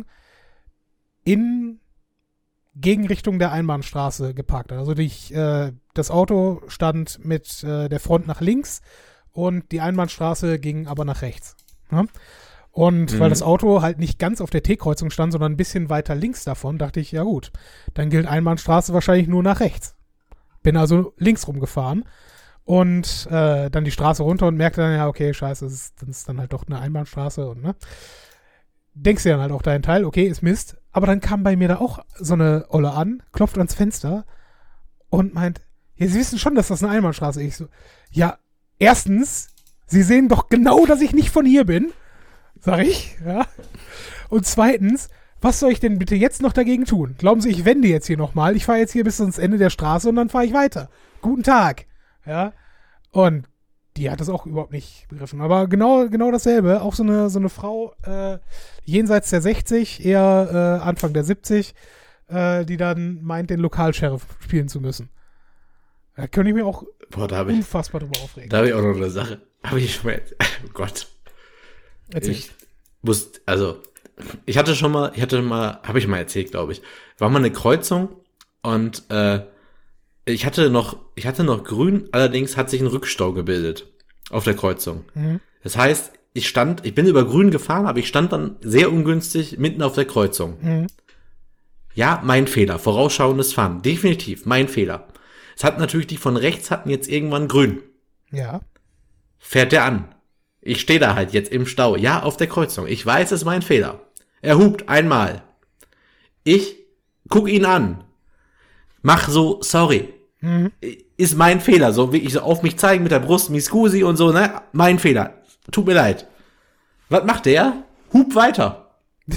in Gegenrichtung der Einbahnstraße geparkt hat. Also die, äh, das Auto stand mit äh, der Front nach links und die Einbahnstraße ging aber nach rechts. Ja? Und mhm. weil das Auto halt nicht ganz auf der T-Kreuzung stand, sondern ein bisschen weiter links davon, dachte ich, ja gut, dann gilt Einbahnstraße wahrscheinlich nur nach rechts. Bin also links rumgefahren und äh, dann die Straße runter und merkte dann, ja okay, scheiße, das ist, das ist dann halt doch eine Einbahnstraße und ne. Denkst dir dann halt auch deinen Teil, okay, ist Mist. Aber dann kam bei mir da auch so eine Olle an, klopft ans Fenster und meint, ja, Sie wissen schon, dass das eine Einbahnstraße ist. Ich so, ja, erstens, Sie sehen doch genau, dass ich nicht von hier bin, sag ich, ja. Und zweitens, was soll ich denn bitte jetzt noch dagegen tun? Glauben Sie, ich wende jetzt hier nochmal, ich fahre jetzt hier bis ans Ende der Straße und dann fahre ich weiter. Guten Tag, ja. Und die hat das auch überhaupt nicht begriffen. Aber genau, genau dasselbe. Auch so eine, so eine Frau äh, jenseits der sechzig, eher äh, Anfang der siebzig, äh, die dann meint, den Lokalsheriff spielen zu müssen. Da könnte ich mir auch Boah, da unfassbar ich, drüber aufregen. Da habe ich auch noch eine Sache. Habe ich schon mal, oh Gott. Erzähl. Ich muss, also, ich hatte schon mal, ich hatte mal, habe ich mal erzählt, glaube ich, war mal eine Kreuzung und äh, Ich hatte noch, ich hatte noch grün, allerdings hat sich ein Rückstau gebildet auf der Kreuzung. Mhm. Das heißt, ich stand, ich bin über grün gefahren, aber ich stand dann sehr ungünstig mitten auf der Kreuzung. Mhm. Ja, mein Fehler, vorausschauendes Fahren, definitiv, mein Fehler. Es hat natürlich die von rechts hatten jetzt irgendwann grün. Ja. Fährt der an. Ich stehe da halt jetzt im Stau, ja, auf der Kreuzung. Ich weiß, es ist mein Fehler. Er hupt einmal. Ich guck ihn an. Mach so, sorry. Mhm. Ist mein Fehler, so wie ich so auf mich zeigen mit der Brust, mi scusi und so, ne? Mein Fehler. Tut mir leid. Was macht der? Hub weiter.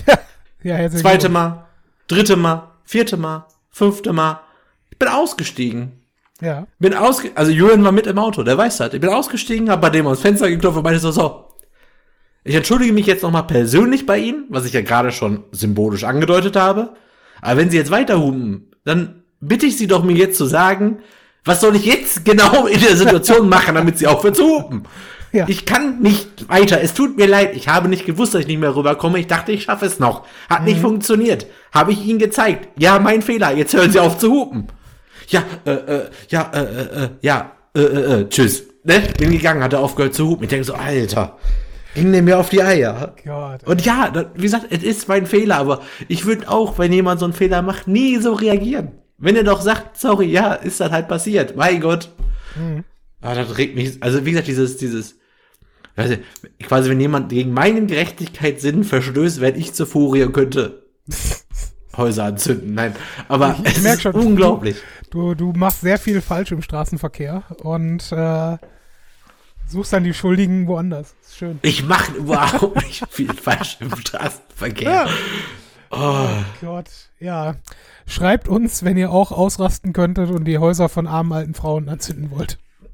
ja, Zweite Mal, dritte Mal, vierte Mal, fünfte Mal. Ich bin ausgestiegen. Ja. Bin ausge, also Julian war mit im Auto, der weiß das. Ich bin ausgestiegen, hab bei dem ans Fenster geklopft und meinte so, so. Ich entschuldige mich jetzt nochmal persönlich bei Ihnen, was ich ja gerade schon symbolisch angedeutet habe. Aber wenn Sie jetzt weiter hupen, dann bitte ich Sie doch, mir jetzt zu sagen, was soll ich jetzt genau in der Situation machen, damit Sie aufhören zu hupen? Ja. Ich kann nicht weiter. Es tut mir leid. Ich habe nicht gewusst, dass ich nicht mehr rüberkomme. Ich dachte, ich schaffe es noch. Hat mhm. nicht funktioniert. Habe ich Ihnen gezeigt. Ja, mein Fehler. Jetzt hören Sie auf zu hupen. Ja, äh, äh, ja, äh, äh, ja, äh, äh, äh, tschüss. Ne? Bin gegangen, hat er aufgehört zu hupen. Ich denke so, Alter, ging der mir auf die Eier. Gott, und ja, das, wie gesagt, es ist mein Fehler, aber ich würde auch, wenn jemand so einen Fehler macht, nie so reagieren. Wenn er doch sagt, sorry, ja, ist das halt passiert. Mein Gott. Mhm. Aber das regt mich, also wie gesagt, dieses, dieses, also, quasi, wenn jemand gegen meinen Gerechtigkeitssinn verstößt, werde ich zur Furie und könnte Häuser anzünden. Nein, aber ich, ich es merk ist schon, unglaublich. Du, du, du machst sehr viel falsch im Straßenverkehr und äh, suchst dann die Schuldigen woanders. Ist schön. Ich mache überhaupt nicht viel falsch im Straßenverkehr. Ja. Oh. Oh Gott, ja. Schreibt uns, wenn ihr auch ausrasten könntet und die Häuser von armen alten Frauen anzünden wollt.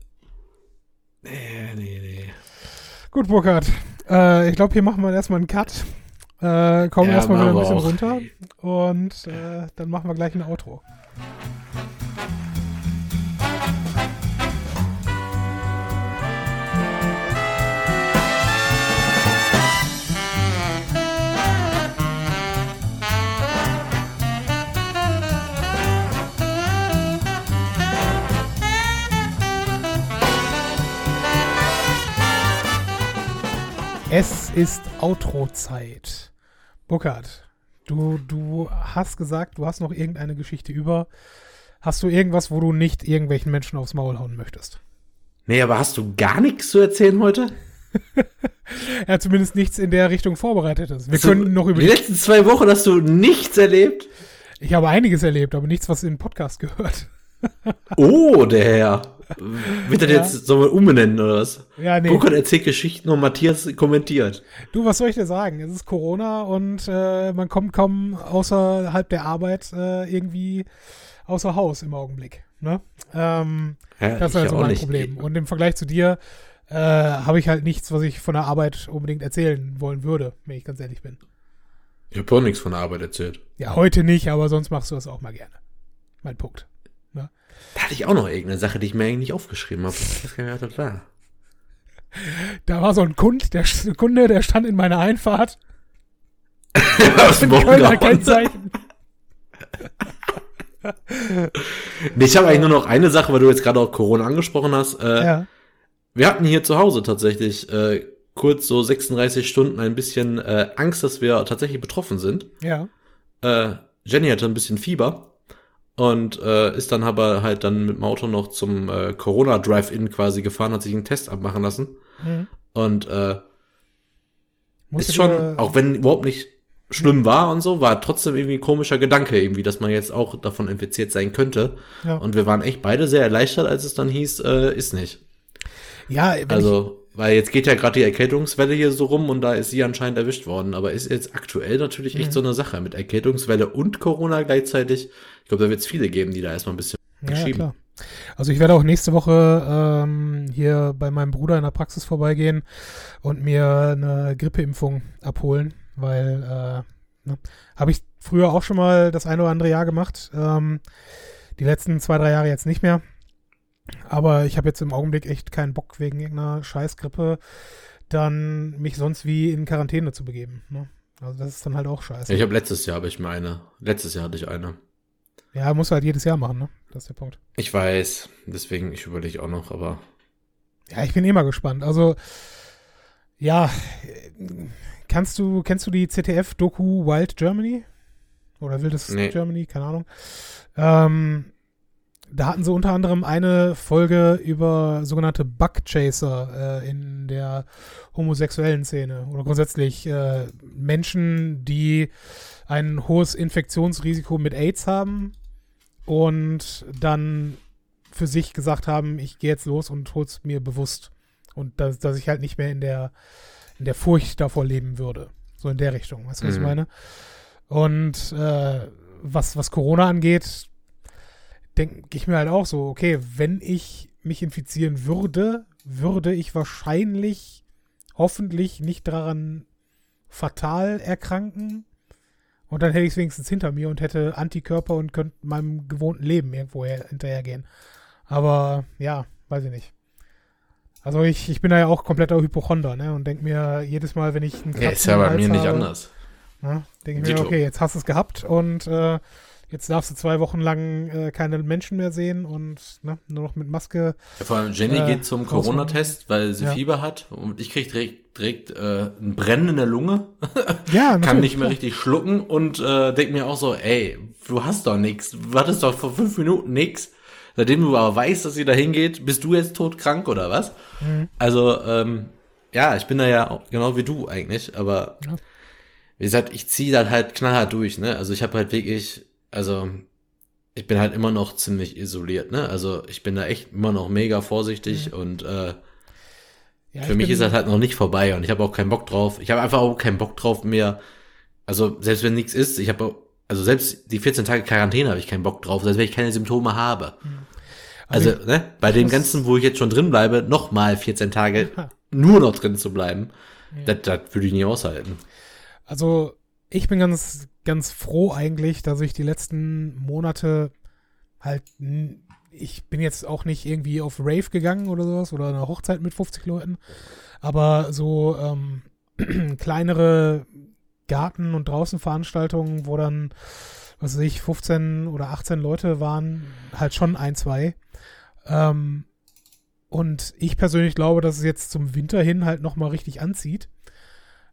Nee, nee, nee. Gut, Burkhard. Äh, ich glaube, hier machen wir erstmal einen Cut. Äh, kommen ja, erstmal wieder ein bisschen auch. runter. Und äh, dann machen wir gleich ein Outro. Es ist Outro-Zeit. Burkhard, du, du hast gesagt, du hast noch irgendeine Geschichte über. Hast du irgendwas, wo du nicht irgendwelchen Menschen aufs Maul hauen möchtest? Nee, aber hast du gar nichts zu erzählen heute? Ja, zumindest nichts in der Richtung Vorbereitetes. Wir Also, können noch über die letzten zwei Wochen hast du nichts erlebt? Ich habe einiges erlebt, aber nichts, was in den Podcast gehört. Oh, der Herr. Wird er Ja. jetzt, sollen wir umbenennen oder was? Ja, nee. Burkhard erzählt Geschichten und Matthias kommentiert. Du, was soll ich dir sagen? Es ist Corona und äh, man kommt kaum außerhalb der Arbeit äh, irgendwie außer Haus im Augenblick. Ne? Ähm, Ja, das ist ich also auch mein nicht. Problem. Und im Vergleich zu dir äh, habe ich halt nichts, was ich von der Arbeit unbedingt erzählen wollen würde, wenn ich ganz ehrlich bin. Ich habe auch nichts von der Arbeit erzählt. Ja, heute nicht, aber sonst machst du das auch mal gerne. Mein Punkt. Da hatte ich auch noch irgendeine Sache, die ich mir eigentlich nicht aufgeschrieben habe. Ich weiß gar nicht, was das war. Da war so ein Kund, der ein Kunde, der stand in meiner Einfahrt. Aus dem Kölner Morgengrauen. Kennzeichen. Nee, ich habe eigentlich nur noch eine Sache, weil du jetzt gerade auch Corona angesprochen hast. Äh, Ja. Wir hatten hier zu Hause tatsächlich äh, kurz so sechsunddreißig Stunden ein bisschen äh, Angst, dass wir tatsächlich betroffen sind. Ja. Äh, Jenny hatte ein bisschen Fieber und äh, ist dann aber halt dann mit dem Auto noch zum äh, Corona-Drive-In quasi gefahren, hat sich einen Test abmachen lassen. Mhm. Und äh, Musst ist du schon, dir- auch wenn überhaupt nicht schlimm war und so, war trotzdem irgendwie ein komischer Gedanke irgendwie, dass man jetzt auch davon infiziert sein könnte. Ja. Und wir waren echt beide sehr erleichtert, als es dann hieß, äh, ist nicht. Ja, wenn Also, weil jetzt geht ja gerade die Erkältungswelle hier so rum und da ist sie anscheinend erwischt worden. Aber ist jetzt aktuell natürlich echt Mhm. so eine Sache mit Erkältungswelle und Corona gleichzeitig. Ich glaube, da wird es viele geben, die da erstmal ein bisschen ich, ja, ja, geschieben. klar. Also ich werde auch nächste Woche ähm, hier bei meinem Bruder in der Praxis vorbeigehen und mir eine Grippeimpfung abholen, weil äh, ne, habe ich früher auch schon mal das eine oder andere Jahr gemacht. Ähm, die letzten zwei, drei Jahre jetzt nicht mehr. Aber ich habe jetzt im Augenblick echt keinen Bock, wegen irgendeiner Scheißgrippe dann mich sonst wie in Quarantäne zu begeben. Ne? Also das ist dann halt auch scheiße. Ich habe letztes Jahr habe ich mir eine. Letztes Jahr hatte ich eine. Ja, musst du halt jedes Jahr machen, ne? Das ist der Punkt. Ich weiß, deswegen, ich überlege auch noch, aber Ja, ich bin eh mal gespannt. Also, ja, kannst du, kennst du die Z D F-Doku Wild Germany? Oder Wildes Nee. Germany? Keine Ahnung. Ähm, da hatten sie unter anderem eine Folge über sogenannte Bugchaser äh, in der homosexuellen Szene. Oder grundsätzlich äh, Menschen, die ein hohes Infektionsrisiko mit AIDS haben und dann für sich gesagt haben, ich gehe jetzt los und hol's mir bewusst. Und dass, dass ich halt nicht mehr in der, in der Furcht davor leben würde. So in der Richtung. Weißt du, was ich Mhm. meine? Und äh, was, was Corona angeht, denke ich mir halt auch so, okay, wenn ich mich infizieren würde, würde ich wahrscheinlich, hoffentlich nicht daran fatal erkranken. Und dann hätte ich es wenigstens hinter mir und hätte Antikörper und könnte meinem gewohnten Leben irgendwo her, hinterhergehen. Aber ja, weiß ich nicht. Also ich, ich bin da ja auch kompletter Hypochonder, ne? Und denke mir jedes Mal, wenn ich einen ja, ist ja im bei Hals mir nicht habe, anders. ne, denke ich mir, Ditto. okay, jetzt hast du es gehabt und äh, jetzt darfst du zwei Wochen lang äh, keine Menschen mehr sehen und ne, nur noch mit Maske. Ja, vor allem Jenny Äh, geht zum Corona-Test, weil sie Ja. Fieber hat und ich krieg direkt, direkt äh, ein Brennen in der Lunge, Ja, kann natürlich, nicht mehr klar. richtig schlucken und äh, denk mir auch so, ey, du hast doch nix, du hattest doch vor fünf Minuten nix. Seitdem du aber weißt, dass sie da hingeht, bist du jetzt todkrank oder was? Mhm. Also, ähm, ja, ich bin da ja auch genau wie du eigentlich, aber Ja. wie gesagt, ich ziehe das halt knallhart durch, ne? Also ich habe halt wirklich, also ich bin halt immer noch ziemlich isoliert, ne? Also ich bin da echt immer noch mega vorsichtig Mhm. und äh, Ja, für ich mich bin- ist das halt noch nicht vorbei und ich habe auch keinen Bock drauf. Ich habe einfach auch keinen Bock drauf mehr. Also selbst wenn nichts ist, ich habe, also selbst die vierzehn Tage Quarantäne habe ich keinen Bock drauf, selbst wenn ich keine Symptome habe. Also, ich- ne, bei dem muss- Ganzen, wo ich jetzt schon drin bleibe, nochmal vierzehn Tage Ja. nur noch drin zu bleiben, das, das würde ich nie aushalten. Also ich bin ganz, ganz froh eigentlich, dass ich die letzten Monate halt, n- ich bin jetzt auch nicht irgendwie auf Rave gegangen oder sowas oder eine Hochzeit mit fünfzig Leuten, aber so ähm, kleinere Garten- und Draußenveranstaltungen, wo dann, was weiß ich, fünfzehn oder achtzehn Leute waren, halt schon ein, zwei. Ähm, und ich persönlich glaube, dass es jetzt zum Winter hin halt nochmal richtig anzieht.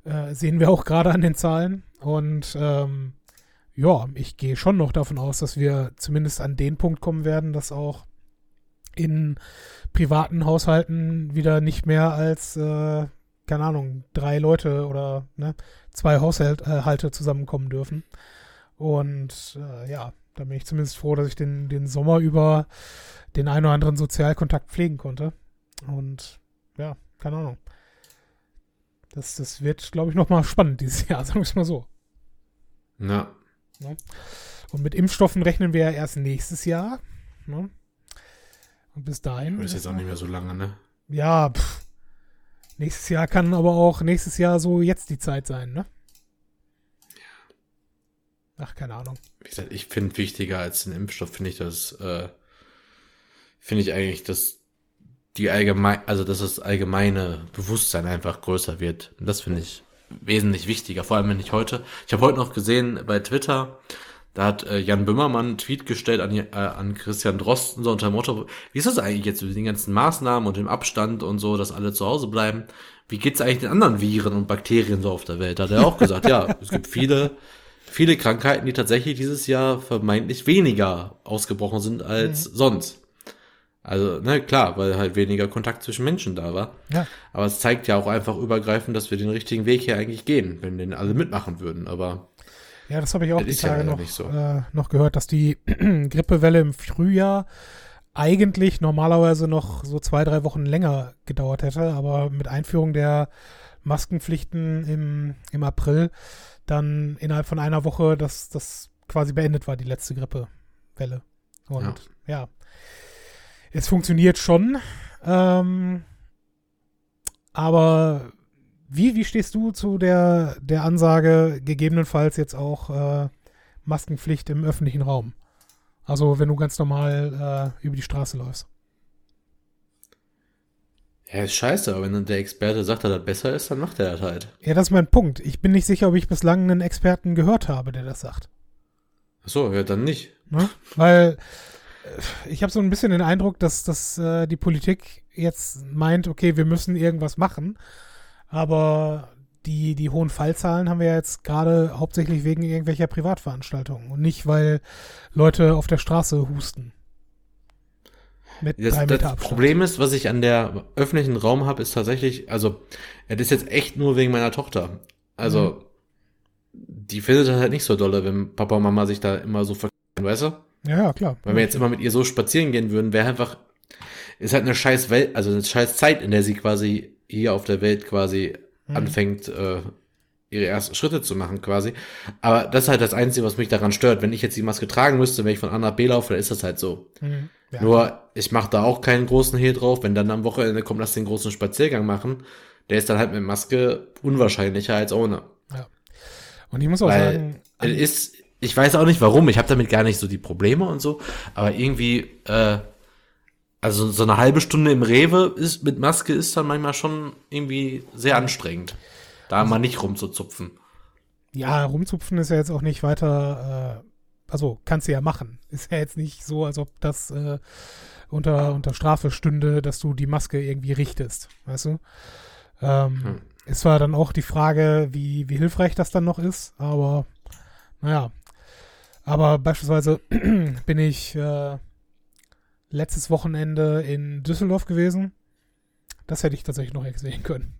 Äh, sehen wir auch gerade an den Zahlen. Und ähm, ja, ich gehe schon noch davon aus, dass wir zumindest an den Punkt kommen werden, dass auch in privaten Haushalten wieder nicht mehr als, äh, keine Ahnung, drei Leute oder ne, zwei Haushalte zusammenkommen dürfen. Und äh, ja, da bin ich zumindest froh, dass ich den, den Sommer über den einen oder anderen Sozialkontakt pflegen konnte. Und ja, keine Ahnung. Das, das wird, glaube ich, nochmal spannend dieses Jahr, sagen wir es mal so. Ja. Ne? Und mit Impfstoffen rechnen wir ja erst nächstes Jahr. Ne? Und bis dahin. Das ist jetzt auch nicht mehr so lange, ne? Ja, pff. Nächstes Jahr kann aber auch nächstes Jahr so jetzt die Zeit sein, ne? Ja. Ach, keine Ahnung. Wie gesagt, ich finde wichtiger als den Impfstoff, finde ich das, äh, finde ich eigentlich, dass die allgemein, also dass das allgemeine Bewusstsein einfach größer wird. Und das finde ich wesentlich wichtiger, vor allem wenn ich heute, ich habe heute noch gesehen bei Twitter, da hat äh, Jan Böhmermann einen Tweet gestellt an, äh, an Christian Drosten, so unter dem Motto, wie ist das eigentlich jetzt mit den ganzen Maßnahmen und dem Abstand und so, dass alle zu Hause bleiben? Wie geht's eigentlich den anderen Viren und Bakterien so auf der Welt? Da hat er auch gesagt, ja, es gibt viele, viele Krankheiten, die tatsächlich dieses Jahr vermeintlich weniger ausgebrochen sind als mhm. sonst. Also, ne, klar, weil halt weniger Kontakt zwischen Menschen da war. Ja. Aber es zeigt ja auch einfach übergreifend, dass wir den richtigen Weg hier eigentlich gehen, wenn den alle mitmachen würden, aber ja, das habe ich auch die Tage ja noch, so. äh, noch gehört, dass die Grippewelle im Frühjahr eigentlich normalerweise noch so zwei, drei Wochen länger gedauert hätte, aber mit Einführung der Maskenpflichten im, im April dann innerhalb von einer Woche das, das quasi beendet war, die letzte Grippewelle. Und ja, ja es funktioniert schon, ähm, aber Wie, wie stehst du zu der, der Ansage, gegebenenfalls jetzt auch äh, Maskenpflicht im öffentlichen Raum? Also wenn du ganz normal äh, über die Straße läufst. Ja, ist scheiße, aber wenn dann der Experte sagt, dass das besser ist, dann macht er das halt. Ja, das ist mein Punkt. Ich bin nicht sicher, ob ich bislang einen Experten gehört habe, der das sagt. Ach so, ja, dann nicht. Ne? Weil äh, ich habe so ein bisschen den Eindruck, dass, dass äh, die Politik jetzt meint, okay, wir müssen irgendwas machen. Aber die, die hohen Fallzahlen haben wir ja jetzt gerade hauptsächlich wegen irgendwelcher Privatveranstaltungen und nicht, weil Leute auf der Straße husten. Mit das, drei Meter das Abstand. Problem ist, was ich an der öffentlichen Raum habe, ist tatsächlich, also, das ist jetzt echt nur wegen meiner Tochter. Also, mhm. die findet das halt nicht so dolle, wenn Papa und Mama sich da immer so verkehren, weißt du? Ja, klar. Wenn wir jetzt immer mit ihr so spazieren gehen würden, wäre einfach, ist halt eine scheiß Welt, also eine scheiß Zeit, in der sie quasi hier auf der Welt quasi mhm. anfängt, äh, ihre ersten Schritte zu machen quasi. Aber das ist halt das Einzige, was mich daran stört. Wenn ich jetzt die Maske tragen müsste, wenn ich von A nach B laufe, dann ist das halt so. Mhm. Ja. Nur, ich mache da auch keinen großen Hehl drauf. Wenn dann am Wochenende kommt, lass den großen Spaziergang machen, der ist dann halt mit Maske unwahrscheinlicher als ohne. Ja. Und ich muss auch Weil sagen... Es ist, ich weiß auch nicht warum, ich habe damit gar nicht so die Probleme und so, aber irgendwie, äh, also so eine halbe Stunde im Rewe ist mit Maske ist dann manchmal schon irgendwie sehr anstrengend, da also, mal nicht rumzuzupfen. Ja, rumzupfen ist ja jetzt auch nicht weiter, äh, also kannst du ja machen. Ist ja jetzt nicht so, als ob das äh, unter, unter Strafe stünde, dass du die Maske irgendwie richtest, weißt du? Ähm, hm. Es war dann auch die Frage, wie, wie hilfreich das dann noch ist, aber naja. Aber beispielsweise bin ich äh, letztes Wochenende in Düsseldorf gewesen. Das hätte ich tatsächlich noch sehen können.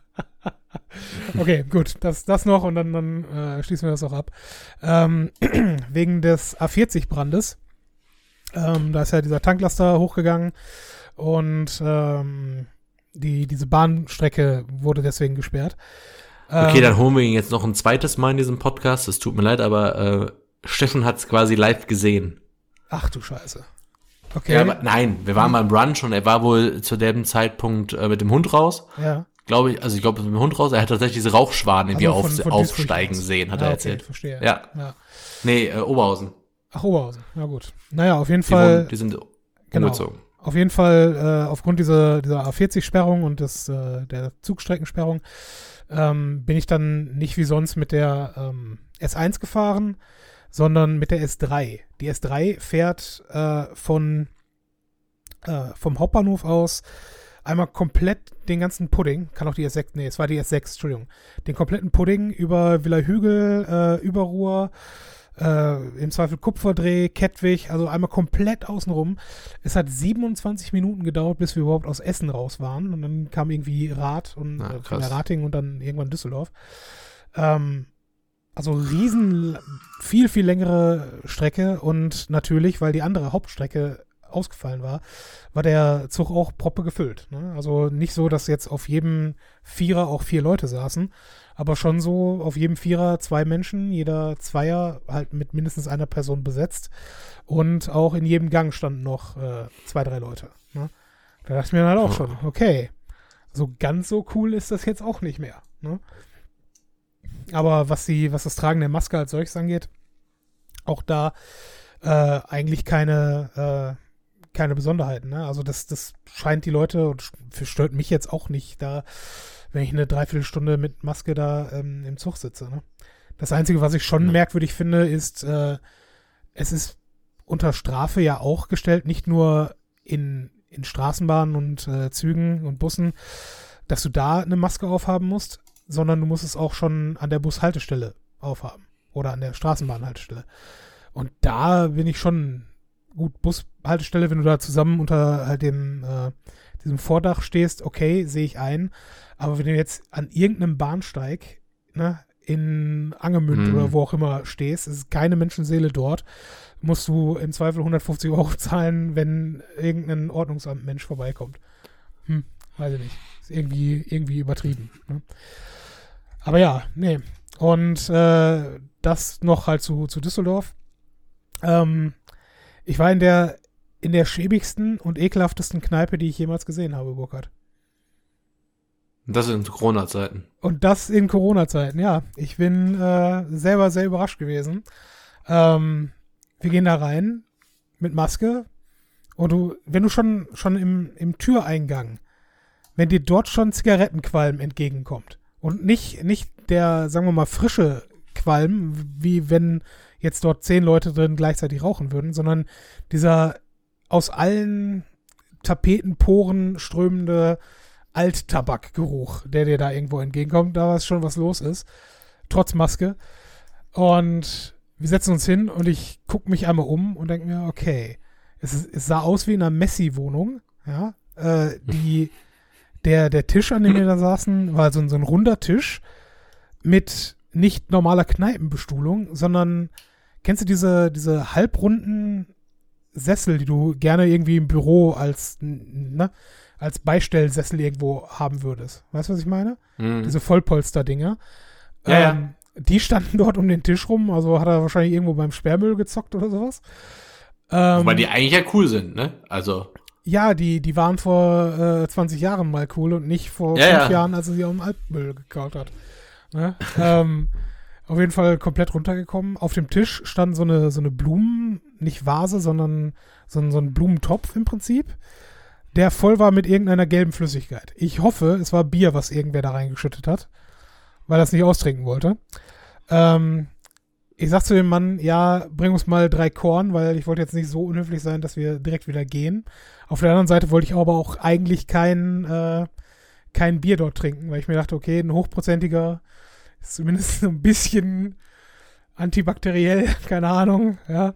Okay, gut, das, das noch und dann, dann äh, schließen wir das auch ab. Ähm, wegen des A vierzig Brandes. Ähm, da ist ja dieser Tanklaster hochgegangen und ähm, die, diese Bahnstrecke wurde deswegen gesperrt. Okay, ähm, dann holen wir ihn jetzt noch ein zweites Mal in diesem Podcast. Es tut mir leid, aber äh, Steffen hat es quasi live gesehen. Ach du Scheiße. Okay. Ja, aber nein, wir waren beim Brunch und er war wohl zu dem Zeitpunkt äh, mit dem Hund raus. Ja. Glaube ich, also ich glaube mit dem Hund raus. Er hat tatsächlich diese Rauchschwaden irgendwie also auf, aufsteigen sehen, hat ah, er okay, erzählt. Verstehe. Ja. ja. Nee, äh, Oberhausen. Ach, Oberhausen. Na gut. Naja, auf jeden die Fall. Wohnen, die sind genau. umgezogen. Auf jeden Fall, äh, aufgrund dieser, dieser A vierzig Sperrung und des, äh, der Zugstreckensperrung ähm, bin ich dann nicht wie sonst mit der ähm, S eins gefahren, sondern mit der S drei. Die S drei fährt äh, von äh, vom Hauptbahnhof aus einmal komplett den ganzen Pudding, kann auch die S sechs, nee, es war die S sechs, Entschuldigung, den kompletten Pudding über Villa Hügel, äh, Überruhr, äh, im Zweifel Kupferdreh, Kettwig, also einmal komplett außenrum. Es hat siebenundzwanzig Minuten gedauert, bis wir überhaupt aus Essen raus waren und dann kam irgendwie Rath und Na, äh, von der Rating und dann irgendwann Düsseldorf. Ähm, also riesen, viel, viel längere Strecke und natürlich, weil die andere Hauptstrecke ausgefallen war, war der Zug auch proppe gefüllt. Ne? Also nicht so, dass jetzt auf jedem Vierer auch vier Leute saßen, aber schon so auf jedem Vierer zwei Menschen, jeder Zweier halt mit mindestens einer Person besetzt und auch in jedem Gang standen noch äh, zwei, drei Leute. Ne? Da dachte ich mir dann halt auch schon, okay, so ganz so cool ist das jetzt auch nicht mehr. Ne? Aber was die, was das Tragen der Maske als solches angeht, auch da äh, eigentlich keine äh, keine Besonderheiten, ne? Also das, das scheint die Leute, und stört mich jetzt auch nicht, da, wenn ich eine Dreiviertelstunde mit Maske da ähm, im Zug sitze, ne? Das Einzige, was ich schon ja. merkwürdig finde, ist, äh, es ist unter Strafe ja auch gestellt, nicht nur in, in Straßenbahnen und äh, Zügen und Bussen, dass du da eine Maske aufhaben musst, sondern du musst es auch schon an der Bushaltestelle aufhaben oder an der Straßenbahnhaltestelle. Und da bin ich schon gut, Bushaltestelle, wenn du da zusammen unter halt dem äh, diesem Vordach stehst, okay, sehe ich ein. Aber wenn du jetzt an irgendeinem Bahnsteig, ne, in Angemünd mhm. oder wo auch immer stehst, es ist keine Menschenseele dort, musst du im Zweifel hundertfünfzig Euro zahlen, wenn irgendein Ordnungsamtmensch vorbeikommt. Hm, weiß ich nicht. Ist irgendwie, irgendwie übertrieben. Ne? Aber ja, nee. Und äh, das noch halt zu, zu Düsseldorf. Ähm, Ich war in der in der schäbigsten und ekelhaftesten Kneipe, die ich jemals gesehen habe, Burkhard. Das in Corona-Zeiten. Und das in Corona-Zeiten, ja. Ich bin äh, selber sehr überrascht gewesen. Ähm, wir gehen da rein mit Maske und du, wenn du schon schon im, im Türeingang, wenn dir dort schon Zigarettenqualm entgegenkommt und nicht, nicht der, sagen wir mal, frische Qualm, wie wenn jetzt dort zehn Leute drin gleichzeitig rauchen würden, sondern dieser aus allen Tapetenporen strömende Alttabakgeruch, der dir da irgendwo entgegenkommt, da was schon was los ist, trotz Maske. Und wir setzen uns hin und ich gucke mich einmal um und denke mir, okay, es, ist, es sah aus wie in einer Messi-Wohnung, ja, äh, die, der, der Tisch, an dem wir da saßen, war so, so ein runder Tisch mit nicht normaler Kneipenbestuhlung, sondern kennst du diese, diese halbrunden Sessel, die du gerne irgendwie im Büro als, ne, als Beistellsessel irgendwo haben würdest? Weißt du, was ich meine? Mhm. Diese Vollpolster-Dinger. Ja, ähm, ja. Die standen dort um den Tisch rum, also hat er wahrscheinlich irgendwo beim Sperrmüll gezockt oder sowas. Ähm, Wobei die eigentlich ja cool sind, ne? Also. Ja, die, die waren vor äh, zwanzig Jahren mal cool und nicht vor ja, fünf ja. Jahren, als er sie auf dem Altmüll gekaut hat. Ne? ähm, auf jeden Fall komplett runtergekommen. Auf dem Tisch stand so eine, so eine Blumen, nicht Vase, sondern so ein, so ein Blumentopf im Prinzip, der voll war mit irgendeiner gelben Flüssigkeit. Ich hoffe, es war Bier, was irgendwer da reingeschüttet hat, weil er es nicht austrinken wollte. Ähm, ich sag zu dem Mann, ja, bring uns mal drei Korn, weil ich wollte jetzt nicht so unhöflich sein, dass wir direkt wieder gehen. Auf der anderen Seite wollte ich aber auch eigentlich kein, äh, kein Bier dort trinken, weil ich mir dachte, okay, ein hochprozentiger ist zumindest so ein bisschen antibakteriell, keine Ahnung, ja.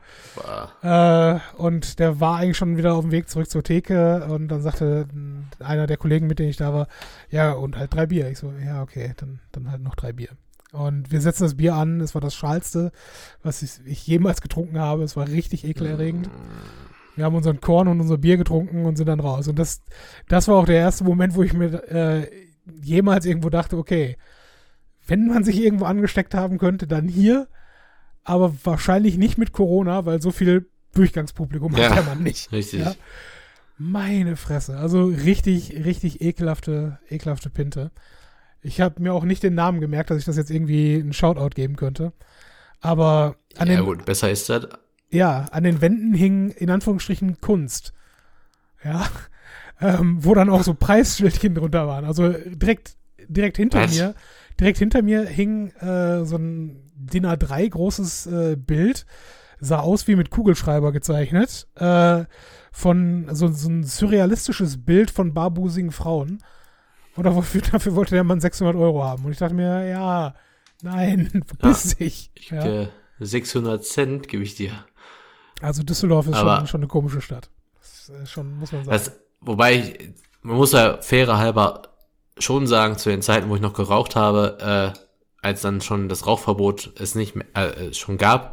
Äh, und der war eigentlich schon wieder auf dem Weg zurück zur Theke und dann sagte einer der Kollegen, mit denen ich da war, ja, und halt drei Bier. Ich so, ja, okay, dann, dann halt noch drei Bier. Und wir setzen das Bier an, es war das Schalste, was ich, ich jemals getrunken habe, es war richtig ekelerregend. Wir haben unseren Korn und unser Bier getrunken und sind dann raus. Und das, das war auch der erste Moment, wo ich mir äh, jemals irgendwo dachte, okay, wenn man sich irgendwo angesteckt haben könnte, dann hier, aber wahrscheinlich nicht mit Corona, weil so viel Durchgangspublikum ja, hat der Mann nicht. Richtig. Ja? Meine Fresse. Also richtig, richtig ekelhafte, ekelhafte Pinte. Ich habe mir auch nicht den Namen gemerkt, dass ich das jetzt irgendwie einen Shoutout geben könnte. Aber an ja den, gut, besser ist das. Ja, an den Wänden hing in Anführungsstrichen Kunst. Ja, ähm, wo dann auch so Preisschildchen drunter waren. Also direkt, direkt hinter Was? mir, direkt hinter mir hing äh, so ein D I N A drei großes äh, Bild sah aus wie mit Kugelschreiber gezeichnet, äh, von so, so ein surrealistisches Bild von barbusigen Frauen. Und dafür, dafür wollte der Mann sechshundert Euro haben. Und ich dachte mir, ja, nein, verpiss Ja, dich. Ich, Ja. äh, sechshundert Cent gebe ich dir. Also Düsseldorf ist Aber- schon, schon eine komische Stadt. Das ist schon, muss man sagen. Das, wobei, ich, man muss ja fairer halber schon sagen, zu den Zeiten, wo ich noch geraucht habe, äh, als dann schon das Rauchverbot es nicht mehr, äh, es schon gab,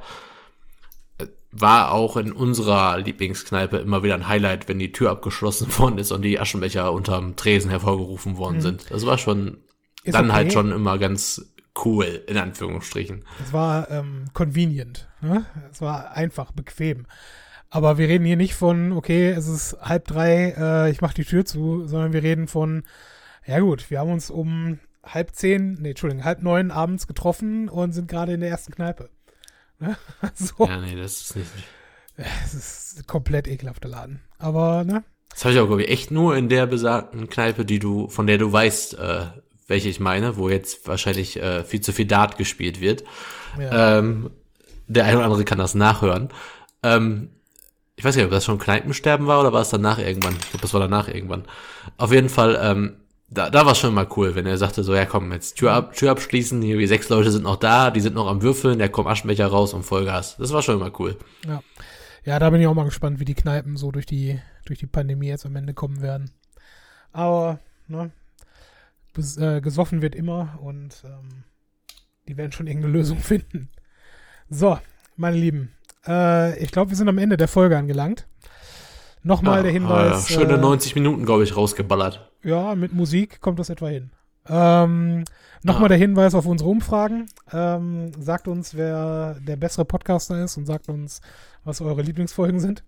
äh, war auch in unserer Lieblingskneipe immer wieder ein Highlight, wenn die Tür abgeschlossen worden ist und die Aschenbecher unterm Tresen hervorgerufen worden Mhm. sind. Das war schon Ist dann okay. halt schon immer ganz cool, in Anführungsstrichen. Es war ähm, convenient. Ne? Es war einfach, bequem. Aber wir reden hier nicht von, okay, es ist halb drei, äh, ich mache die Tür zu, sondern wir reden von, ja gut, wir haben uns um halb zehn, nee, Entschuldigung, halb neun abends getroffen und sind gerade in der ersten Kneipe. Ne? Also, Ja, nee, das ist nicht. es ist ein komplett ekelhafter Laden. Aber, ne? Das habe ich auch, glaube ich, echt nur in der besagten Kneipe, die du, von der du weißt, äh, welche ich meine, wo jetzt wahrscheinlich äh, viel zu viel Dart gespielt wird. Ja. Ähm, der eine oder andere kann das nachhören. Ähm, ich weiß nicht, ob das schon Kneipensterben war oder war es danach irgendwann? Ich glaube, das war danach irgendwann. Auf jeden Fall, ähm, da, da war es schon mal cool, wenn er sagte so, ja komm, jetzt Tür ab, Tür abschließen, hier die sechs Leute sind noch da, die sind noch am Würfeln, ja komm, Aschenbecher raus und Vollgas. Das war schon mal cool. Ja. Ja, da bin ich auch mal gespannt, wie die Kneipen so durch die, durch die Pandemie jetzt am Ende kommen werden. Aber, ne, bes, äh, gesoffen wird immer und ähm, die werden schon irgendeine Lösung finden. So, meine Lieben, äh, ich glaube, wir sind am Ende der Folge angelangt. Nochmal Ja, der Hinweis. äh, schöne äh, neunzig Minuten, glaube ich, rausgeballert. Ja, mit Musik kommt das etwa hin. Ähm, Nochmal Ah. der Hinweis auf unsere Umfragen. Ähm, sagt uns, wer der bessere Podcaster ist und sagt uns, was eure Lieblingsfolgen sind.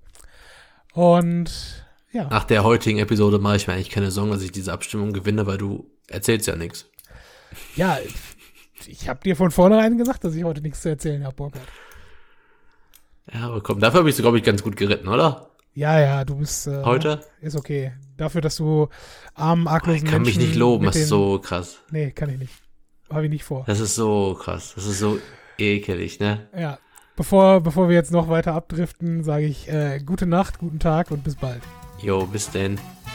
Und ja, Nach der heutigen Episode mache ich mir eigentlich keine Sorgen, dass ich diese Abstimmung gewinne, weil du erzählst ja nichts. ja, ich habe dir von vornherein gesagt, dass ich heute nichts zu erzählen habe, Burkhard. Ja, aber komm, dafür bist du, glaube ich, ganz gut geritten, oder? Ja, ja, du bist äh, Heute? ist okay. Dafür, dass du armen, Ich arglosen kann mich Menschen nicht loben, mit das ist den- so krass. Nee, kann ich nicht. Habe ich nicht vor. Das ist so krass. Das ist so ekelig, ne? Ja. Bevor, bevor wir jetzt noch weiter abdriften, sage ich äh, gute Nacht, guten Tag und bis bald. Jo, bis denn.